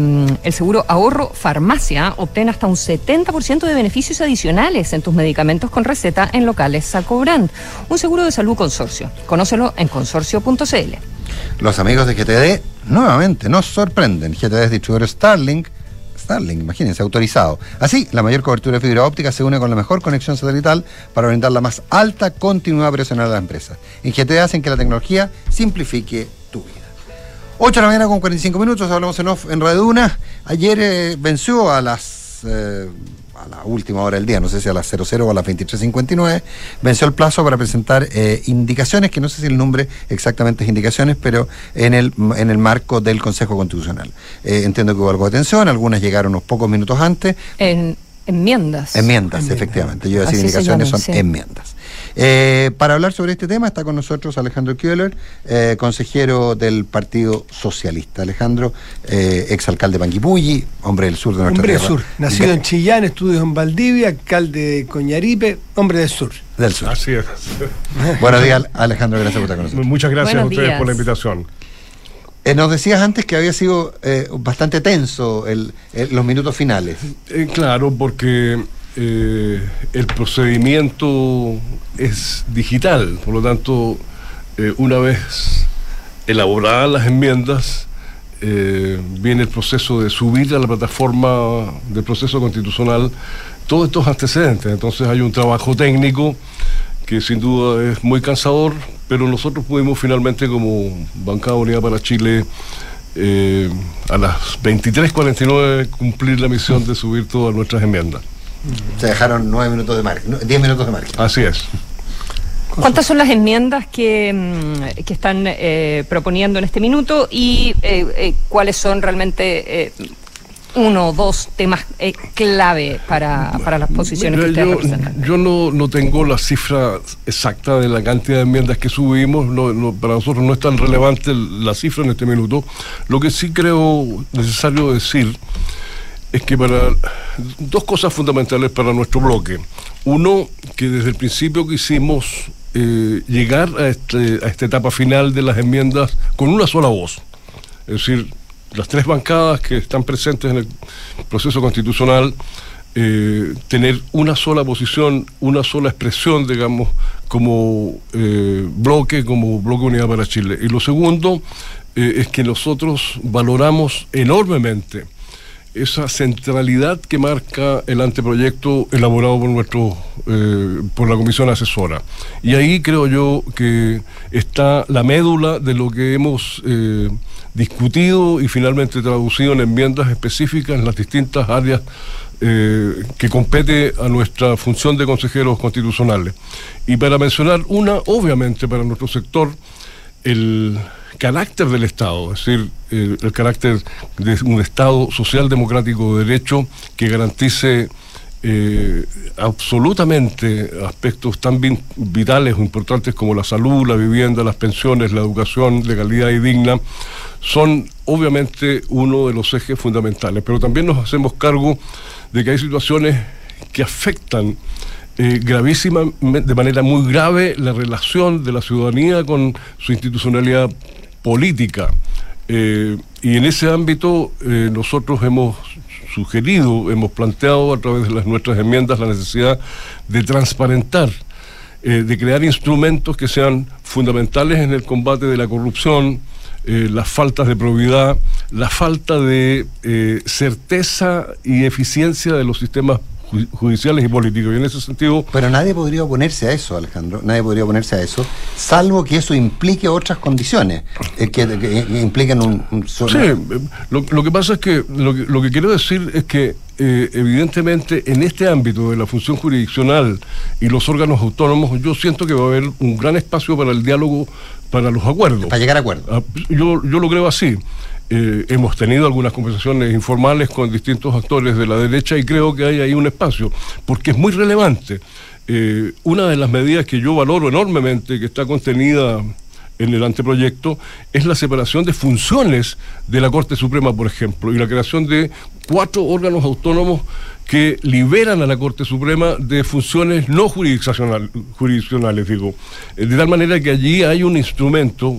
[SPEAKER 5] ahorro farmacia, obtén hasta un 70% de beneficios adicionales en tus medicamentos con receta en locales Sacobrand. Un seguro de salud Consorcio. Conócelo en consorcio.cl.
[SPEAKER 3] Los amigos de GTD nuevamente nos sorprenden. GTD es distribuidor Starlink, imagínense, autorizado. Así, la mayor cobertura de fibra óptica se une con la mejor conexión satelital para brindar la más alta continuidad operacional a la empresa. En GTD hacen que la tecnología simplifique tu vida. 8 de la mañana con 45 minutos, hablamos en off en Radio Duna. Ayer venció a la última hora del día, no sé si a las 00 o a las 23:59, venció el plazo para presentar indicaciones, que no sé si el nombre exactamente es indicaciones, pero en el marco del Consejo Constitucional. Entiendo que hubo algo de tensión, algunas llegaron unos pocos minutos antes.
[SPEAKER 5] Enmiendas,
[SPEAKER 3] efectivamente. Yo iba a decir indicaciones, son enmiendas. Para hablar sobre este tema está con nosotros Alejandro Köhler, consejero del Partido Socialista. Alejandro, exalcalde de Panguipulli, hombre del sur de nuestra tierra.
[SPEAKER 4] Hombre del sur, nacido en Chillán, estudios en Valdivia, alcalde de Coñaripe, hombre del sur.
[SPEAKER 3] Del sur.
[SPEAKER 19] Así es.
[SPEAKER 3] Buenos días, Alejandro, gracias por estar con nosotros.
[SPEAKER 19] Muchas gracias a ustedes por la invitación.
[SPEAKER 3] Nos decías antes que había sido bastante tenso los minutos finales.
[SPEAKER 19] Claro, porque el procedimiento es digital, por lo tanto, una vez elaboradas las enmiendas, viene el proceso de subir a la plataforma del proceso constitucional todos estos antecedentes. Entonces hay un trabajo técnico que sin duda es muy cansador, pero nosotros pudimos finalmente, como Bancada Unidad para Chile, a las 23:49 cumplir la misión de subir todas nuestras enmiendas.
[SPEAKER 3] Se dejaron 10 minutos de margen.
[SPEAKER 19] Así es.
[SPEAKER 5] ¿Cuántas son las enmiendas que están proponiendo en este minuto y cuáles son realmente uno o dos temas clave para las posiciones que ustedes representan?
[SPEAKER 19] Yo no tengo la cifra exacta de la cantidad de enmiendas que subimos. Para nosotros no es tan relevante la cifra en este minuto. Lo que sí creo necesario decir es que para dos cosas fundamentales para nuestro bloque. Uno, que desde el principio quisimos llegar a esta etapa final de las enmiendas con una sola voz. Es decir, las tres bancadas que están presentes en el proceso constitucional, tener una sola posición, una sola expresión, digamos, como bloque Unidad para Chile. Y lo segundo es que nosotros valoramos enormemente esa centralidad que marca el anteproyecto elaborado por la comisión asesora. Y ahí creo yo que está la médula de lo que hemos discutido y finalmente traducido en enmiendas específicas en las distintas áreas que compete a nuestra función de consejeros constitucionales. Y para mencionar una, obviamente para nuestro sector, el carácter del Estado, es decir, el carácter de un Estado social democrático de derecho que garantice absolutamente aspectos tan vitales o importantes como la salud, la vivienda, las pensiones, la educación de calidad y digna, son obviamente uno de los ejes fundamentales. Pero también nos hacemos cargo de que hay situaciones que afectan gravísimamente, de manera muy grave, la relación de la ciudadanía con su institucionalidad política. Y en ese ámbito nosotros hemos sugerido, hemos planteado a través de nuestras enmiendas la necesidad de transparentar, de crear instrumentos que sean fundamentales en el combate de la corrupción, las faltas de probidad, la falta de certeza y eficiencia de los sistemas judiciales y políticos, y en ese sentido...
[SPEAKER 3] Pero nadie podría oponerse a eso, Alejandro, nadie podría oponerse a eso, salvo que eso implique otras condiciones, que impliquen un...
[SPEAKER 19] Sí, lo que pasa es que, lo que quiero decir es que evidentemente en este ámbito de la función jurisdiccional y los órganos autónomos, yo siento que va a haber un gran espacio para el diálogo, para los acuerdos.
[SPEAKER 3] Para llegar a acuerdos.
[SPEAKER 19] Yo lo creo así. Hemos tenido algunas conversaciones informales con distintos actores de la derecha y creo que hay ahí un espacio, porque es muy relevante. Una de las medidas que yo valoro enormemente, que está contenida en el anteproyecto, es la separación de funciones de la Corte Suprema, por ejemplo, y la creación de 4 órganos autónomos que liberan a la Corte Suprema de funciones no jurisdiccionales, digo. De tal manera que allí hay un instrumento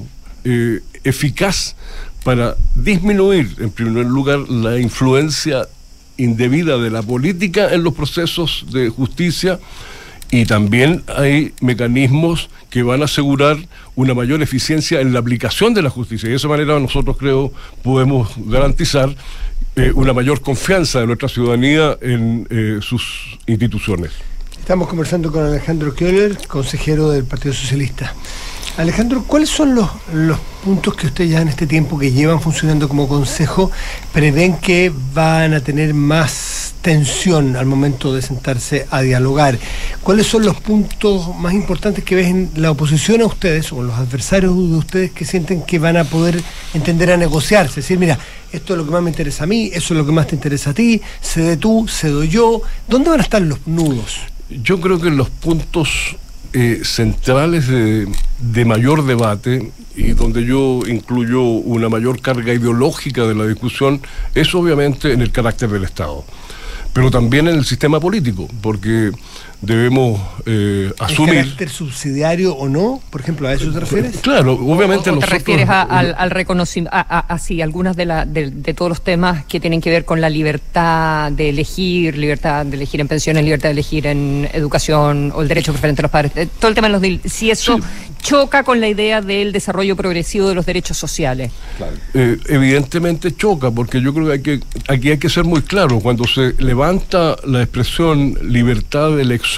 [SPEAKER 19] eficaz para disminuir, en primer lugar, la influencia indebida de la política en los procesos de justicia, y también hay mecanismos que van a asegurar una mayor eficiencia en la aplicación de la justicia, y de esa manera nosotros creo podemos garantizar una mayor confianza de nuestra ciudadanía en sus instituciones.
[SPEAKER 4] Estamos conversando con Alejandro Köhler, consejero del Partido Socialista. Alejandro, ¿cuáles son los puntos que usted ya en este tiempo que llevan funcionando como consejo prevén que van a tener más tensión al momento de sentarse a dialogar? ¿Cuáles son los puntos más importantes que ven la oposición a ustedes o los adversarios de ustedes que sienten que van a poder entender a negociarse? Es decir, mira, esto es lo que más me interesa a mí, eso es lo que más te interesa a ti, cede tú, cedo yo. ¿Dónde van a estar los nudos?
[SPEAKER 19] Yo creo que los puntos centrales de mayor debate, y donde yo incluyo una mayor carga ideológica de la discusión, es obviamente en el carácter del Estado, pero también en el sistema político, porque debemos asumir...
[SPEAKER 4] ¿El carácter subsidiario o no? Por ejemplo, ¿a eso te refieres?
[SPEAKER 19] Claro, obviamente
[SPEAKER 5] ¿O te refieres al reconocimiento, así, algunas de todos los temas que tienen que ver con la libertad de elegir en pensiones, libertad de elegir en educación, o el derecho preferente de los padres, todo el tema de los... si eso choca con la idea del desarrollo progresivo de los derechos sociales.
[SPEAKER 19] Claro. Evidentemente choca, porque yo creo que aquí hay que ser muy claro. Cuando se levanta la expresión libertad de elección,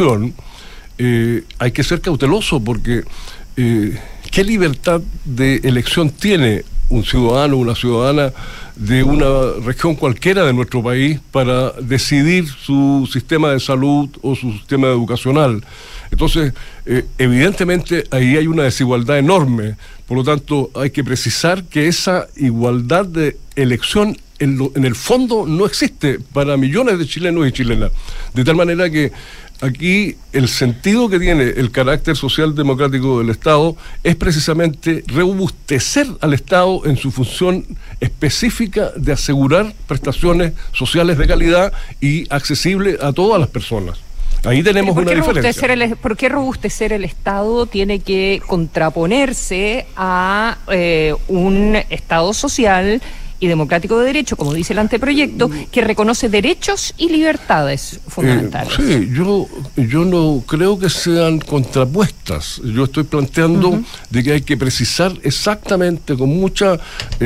[SPEAKER 19] hay que ser cauteloso, porque ¿qué libertad de elección tiene un ciudadano o una ciudadana de una región cualquiera de nuestro país para decidir su sistema de salud o su sistema educacional? Entonces, evidentemente ahí hay una desigualdad enorme. Por lo tanto, hay que precisar que esa igualdad de elección en el fondo no existe para millones de chilenos y chilenas. De tal manera que aquí el sentido que tiene el carácter social democrático del Estado es precisamente robustecer al Estado en su función específica de asegurar prestaciones sociales de calidad y accesibles a todas las personas. Ahí tenemos una diferencia.
[SPEAKER 5] ¿Por qué robustecer el Estado tiene que contraponerse a un Estado social y democrático de derecho, como dice el anteproyecto, que reconoce derechos y libertades fundamentales?
[SPEAKER 19] Sí, yo no creo que sean contrapuestas. Yo estoy planteando de que hay que precisar exactamente, con mucha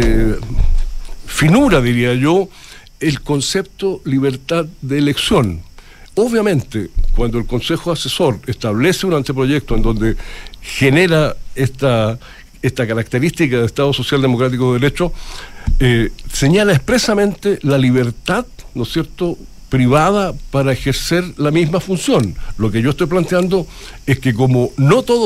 [SPEAKER 19] finura, diría yo, el concepto libertad de elección. Obviamente, cuando el Consejo Asesor establece un anteproyecto en donde genera esta característica de Estado Social Democrático de Derecho, señala expresamente la libertad, ¿no es cierto?, privada para ejercer la misma función. Lo que yo estoy planteando es que, como no todos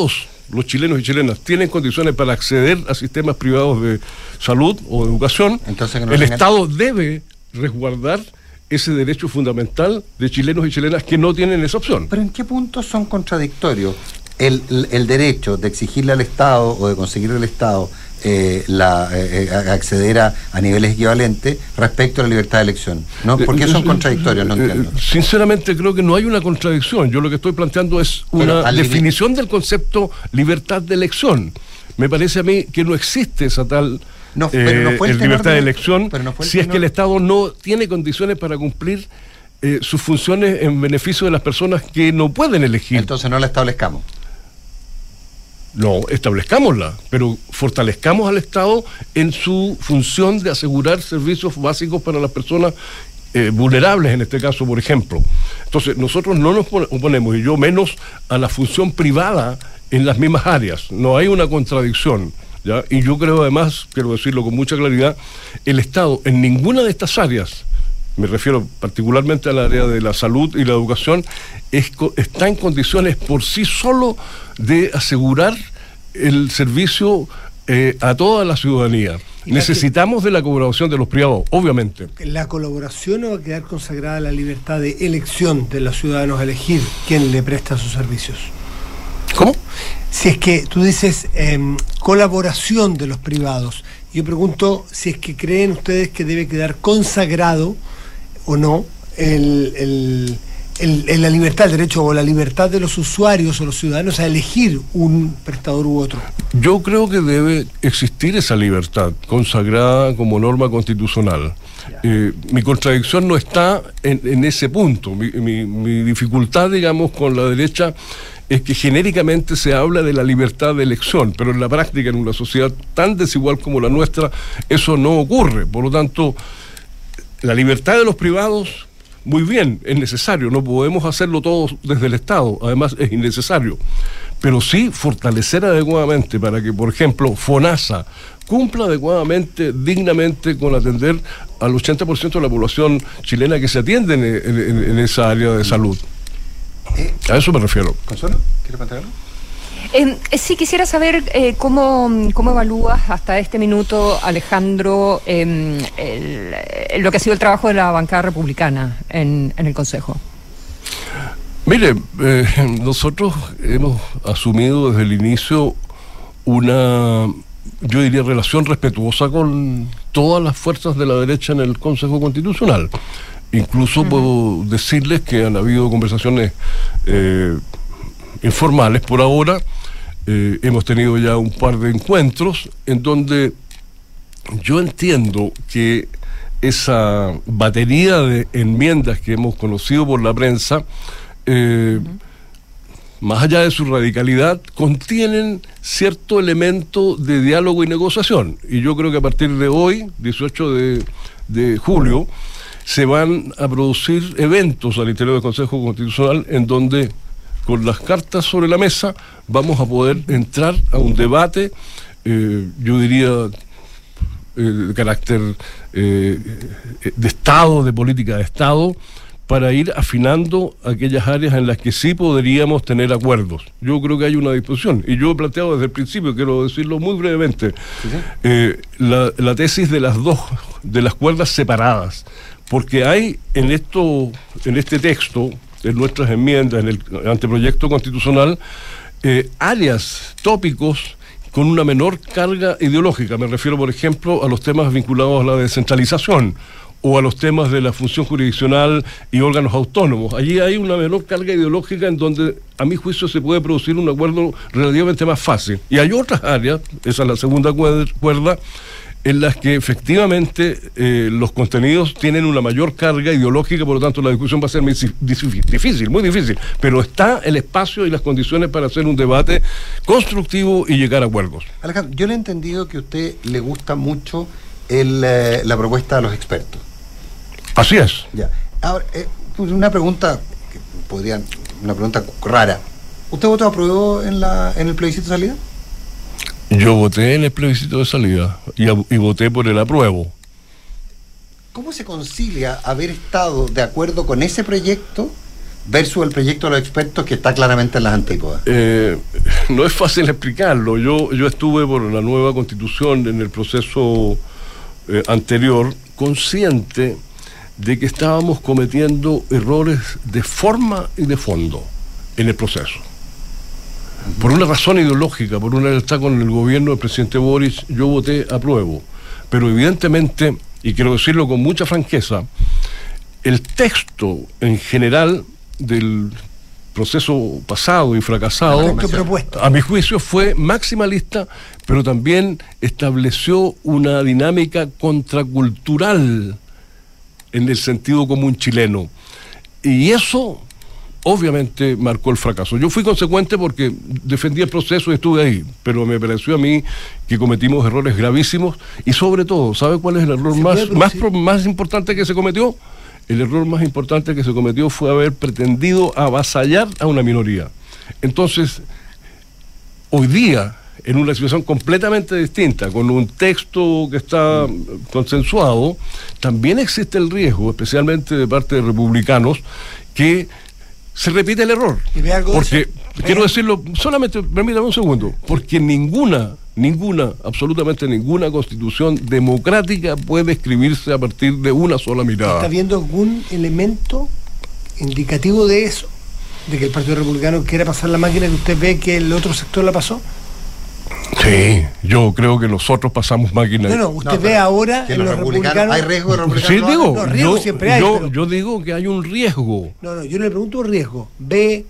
[SPEAKER 19] los chilenos y chilenas tienen condiciones para acceder a sistemas privados de salud o de educación, entonces, el Estado debe resguardar ese derecho fundamental de chilenos y chilenas que no tienen esa opción.
[SPEAKER 3] ¿Pero en qué puntos son contradictorios el derecho de exigirle al Estado o de conseguirle al Estado acceder a niveles equivalentes respecto a la libertad de elección? ¿No? ¿Por qué son contradictorios? No entiendo.
[SPEAKER 19] Sinceramente creo que no hay una contradicción. Yo lo que estoy planteando es una definición del concepto libertad de elección. Me parece a mí que no existe esa tal libertad de elección si es que el Estado no tiene condiciones para cumplir sus funciones en beneficio de las personas que no pueden elegir.
[SPEAKER 3] Entonces no la establezcamos.
[SPEAKER 19] No, establezcámosla, pero fortalezcamos al Estado en su función de asegurar servicios básicos para las personas vulnerables, en este caso, por ejemplo. Entonces, nosotros no nos oponemos, y yo menos, a la función privada en las mismas áreas. No hay una contradicción, ¿ya? Y yo creo, además, quiero decirlo con mucha claridad, el Estado en ninguna de estas áreas, me refiero particularmente al área de la salud y la educación, está en condiciones por sí solo de asegurar el servicio a toda la ciudadanía. Necesitamos de la colaboración de los privados, obviamente.
[SPEAKER 4] ¿La colaboración no va a quedar consagrada la libertad de elección de los ciudadanos a elegir quién le presta sus servicios?
[SPEAKER 19] ¿Cómo?
[SPEAKER 4] Si es que tú dices colaboración de los privados, yo pregunto si es que creen ustedes que debe quedar consagrado o no la libertad, el derecho o la libertad de los usuarios o los ciudadanos a elegir un prestador u otro.
[SPEAKER 19] Yo creo que debe existir esa libertad consagrada como norma constitucional. Mi contradicción no está en ese punto. Mi dificultad, digamos, con la derecha es que genéricamente se habla de la libertad de elección, pero en la práctica, en una sociedad tan desigual como la nuestra, eso no ocurre. Por lo tanto, la libertad de los privados, muy bien, es necesario, no podemos hacerlo todos desde el Estado, además es innecesario, pero sí fortalecer adecuadamente para que, por ejemplo, FONASA cumpla adecuadamente, dignamente, con atender al 80% de la población chilena que se atiende en esa área de salud. A eso me refiero.
[SPEAKER 3] ¿Consuelo? ¿Quieres plantearlo?
[SPEAKER 5] Sí, quisiera saber cómo evalúas hasta este minuto, Alejandro, lo que ha sido el trabajo de la bancada republicana en el Consejo.
[SPEAKER 19] Mire, nosotros hemos asumido desde el inicio una, yo diría, relación respetuosa con todas las fuerzas de la derecha en el Consejo Constitucional. Incluso puedo decirles que han habido conversaciones informales por ahora. Hemos tenido ya un par de encuentros en donde yo entiendo que esa batería de enmiendas que hemos conocido por la prensa, más allá de su radicalidad, contienen cierto elemento de diálogo y negociación. Y yo creo que a partir de hoy, 18 de julio, se van a producir eventos al interior del Consejo Constitucional en donde, con las cartas sobre la mesa, vamos a poder entrar a un debate, yo diría, de carácter de Estado, de política de Estado, para ir afinando aquellas áreas en las que sí podríamos tener acuerdos. Yo creo que hay una disposición, y yo he planteado desde el principio, quiero decirlo muy brevemente, la tesis de las cuerdas separadas, porque hay en este texto, en nuestras enmiendas, en el anteproyecto constitucional, áreas, tópicos con una menor carga ideológica. Me refiero, por ejemplo, a los temas vinculados a la descentralización o a los temas de la función jurisdiccional y órganos autónomos. Allí hay una menor carga ideológica en donde, a mi juicio, se puede producir un acuerdo relativamente más fácil. Y hay otras áreas, esa es la segunda cuerda, en las que efectivamente los contenidos tienen una mayor carga ideológica, por lo tanto la discusión va a ser difícil, muy difícil, pero está el espacio y las condiciones para hacer un debate constructivo y llegar a acuerdos.
[SPEAKER 3] Alejandro, yo le he entendido que a usted le gusta mucho la propuesta de los expertos.
[SPEAKER 19] Así es.
[SPEAKER 3] Ya. Ahora, una pregunta rara. ¿Usted votó a prueba en el plebiscito de salida?
[SPEAKER 19] Yo voté en el plebiscito de salida y voté por el apruebo.
[SPEAKER 3] ¿Cómo se concilia haber estado de acuerdo con ese proyecto versus el proyecto de los expertos que está claramente en las antípodas?
[SPEAKER 19] No es fácil explicarlo. Yo estuve por la nueva Constitución en el proceso anterior, consciente de que estábamos cometiendo errores de forma y de fondo en el proceso. Por una razón ideológica, por una lealtad con el gobierno del presidente Boric, yo voté apruebo. Pero evidentemente, y quiero decirlo con mucha franqueza, el texto en general del proceso pasado y fracasado, a mi juicio, fue maximalista, pero también estableció una dinámica contracultural en el sentido común chileno. Y eso, obviamente, marcó el fracaso. Yo fui consecuente porque defendí el proceso y estuve ahí, pero me pareció a mí que cometimos errores gravísimos y sobre todo, ¿sabe cuál es el error más importante que se cometió? El error más importante que se cometió fue haber pretendido avasallar a una minoría. Entonces, hoy día, en una situación completamente distinta, con un texto que está consensuado, también existe el riesgo, especialmente de parte de republicanos, que se repite el error. Porque, quiero decirlo, solamente, permítame un segundo, porque absolutamente ninguna constitución democrática puede escribirse a partir de una sola mirada.
[SPEAKER 4] ¿Está viendo algún elemento indicativo de eso? ¿De que el Partido Republicano quiera pasar la máquina que usted ve que el otro sector la pasó?
[SPEAKER 19] Sí, yo creo que nosotros pasamos máquina.
[SPEAKER 4] Usted ve ahora
[SPEAKER 3] que los republicanos. ¿Hay riesgo de republicanos?
[SPEAKER 19] Sí, digo,
[SPEAKER 4] no, riesgo siempre hay.
[SPEAKER 19] Yo digo que hay un riesgo.
[SPEAKER 4] No, yo no le pregunto riesgo. Ve,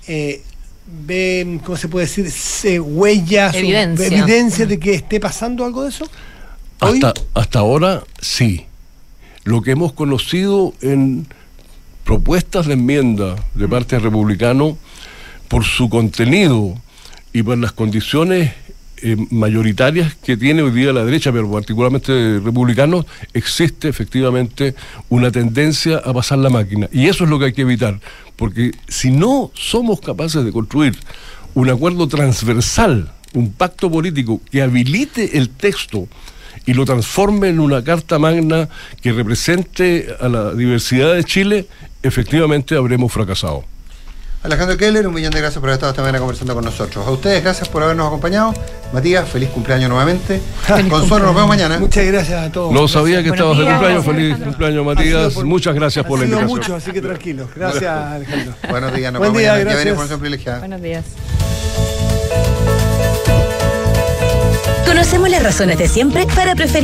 [SPEAKER 4] ¿cómo se puede decir? Huellas, evidencia de que esté pasando algo de eso.
[SPEAKER 19] Hasta ahora, sí. Lo que hemos conocido en propuestas de enmienda de parte republicano, por su contenido y por las condiciones mayoritarias que tiene hoy día la derecha, pero particularmente republicanos, existe efectivamente una tendencia a pasar la máquina. Y eso es lo que hay que evitar, porque si no somos capaces de construir un acuerdo transversal, un pacto político que habilite el texto y lo transforme en una carta magna que represente a la diversidad de Chile, efectivamente habremos fracasado.
[SPEAKER 3] Alejandro Keller, 1.000.000 de gracias por haber estado esta mañana conversando con nosotros. A ustedes, gracias por habernos acompañado. Matías, feliz cumpleaños nuevamente. Consuelo, nos vemos mañana.
[SPEAKER 4] Muchas gracias a todos.
[SPEAKER 19] No sabía que estabas de cumpleaños. Feliz cumpleaños, Matías. Muchas gracias por la invitación.
[SPEAKER 4] Mucho, así que tranquilo. Gracias, Alejandro.
[SPEAKER 3] Buenos días, nos vemos mañana. Ya viene información privilegiada.
[SPEAKER 5] Buenos días.
[SPEAKER 11] Conocemos las razones de siempre para preferir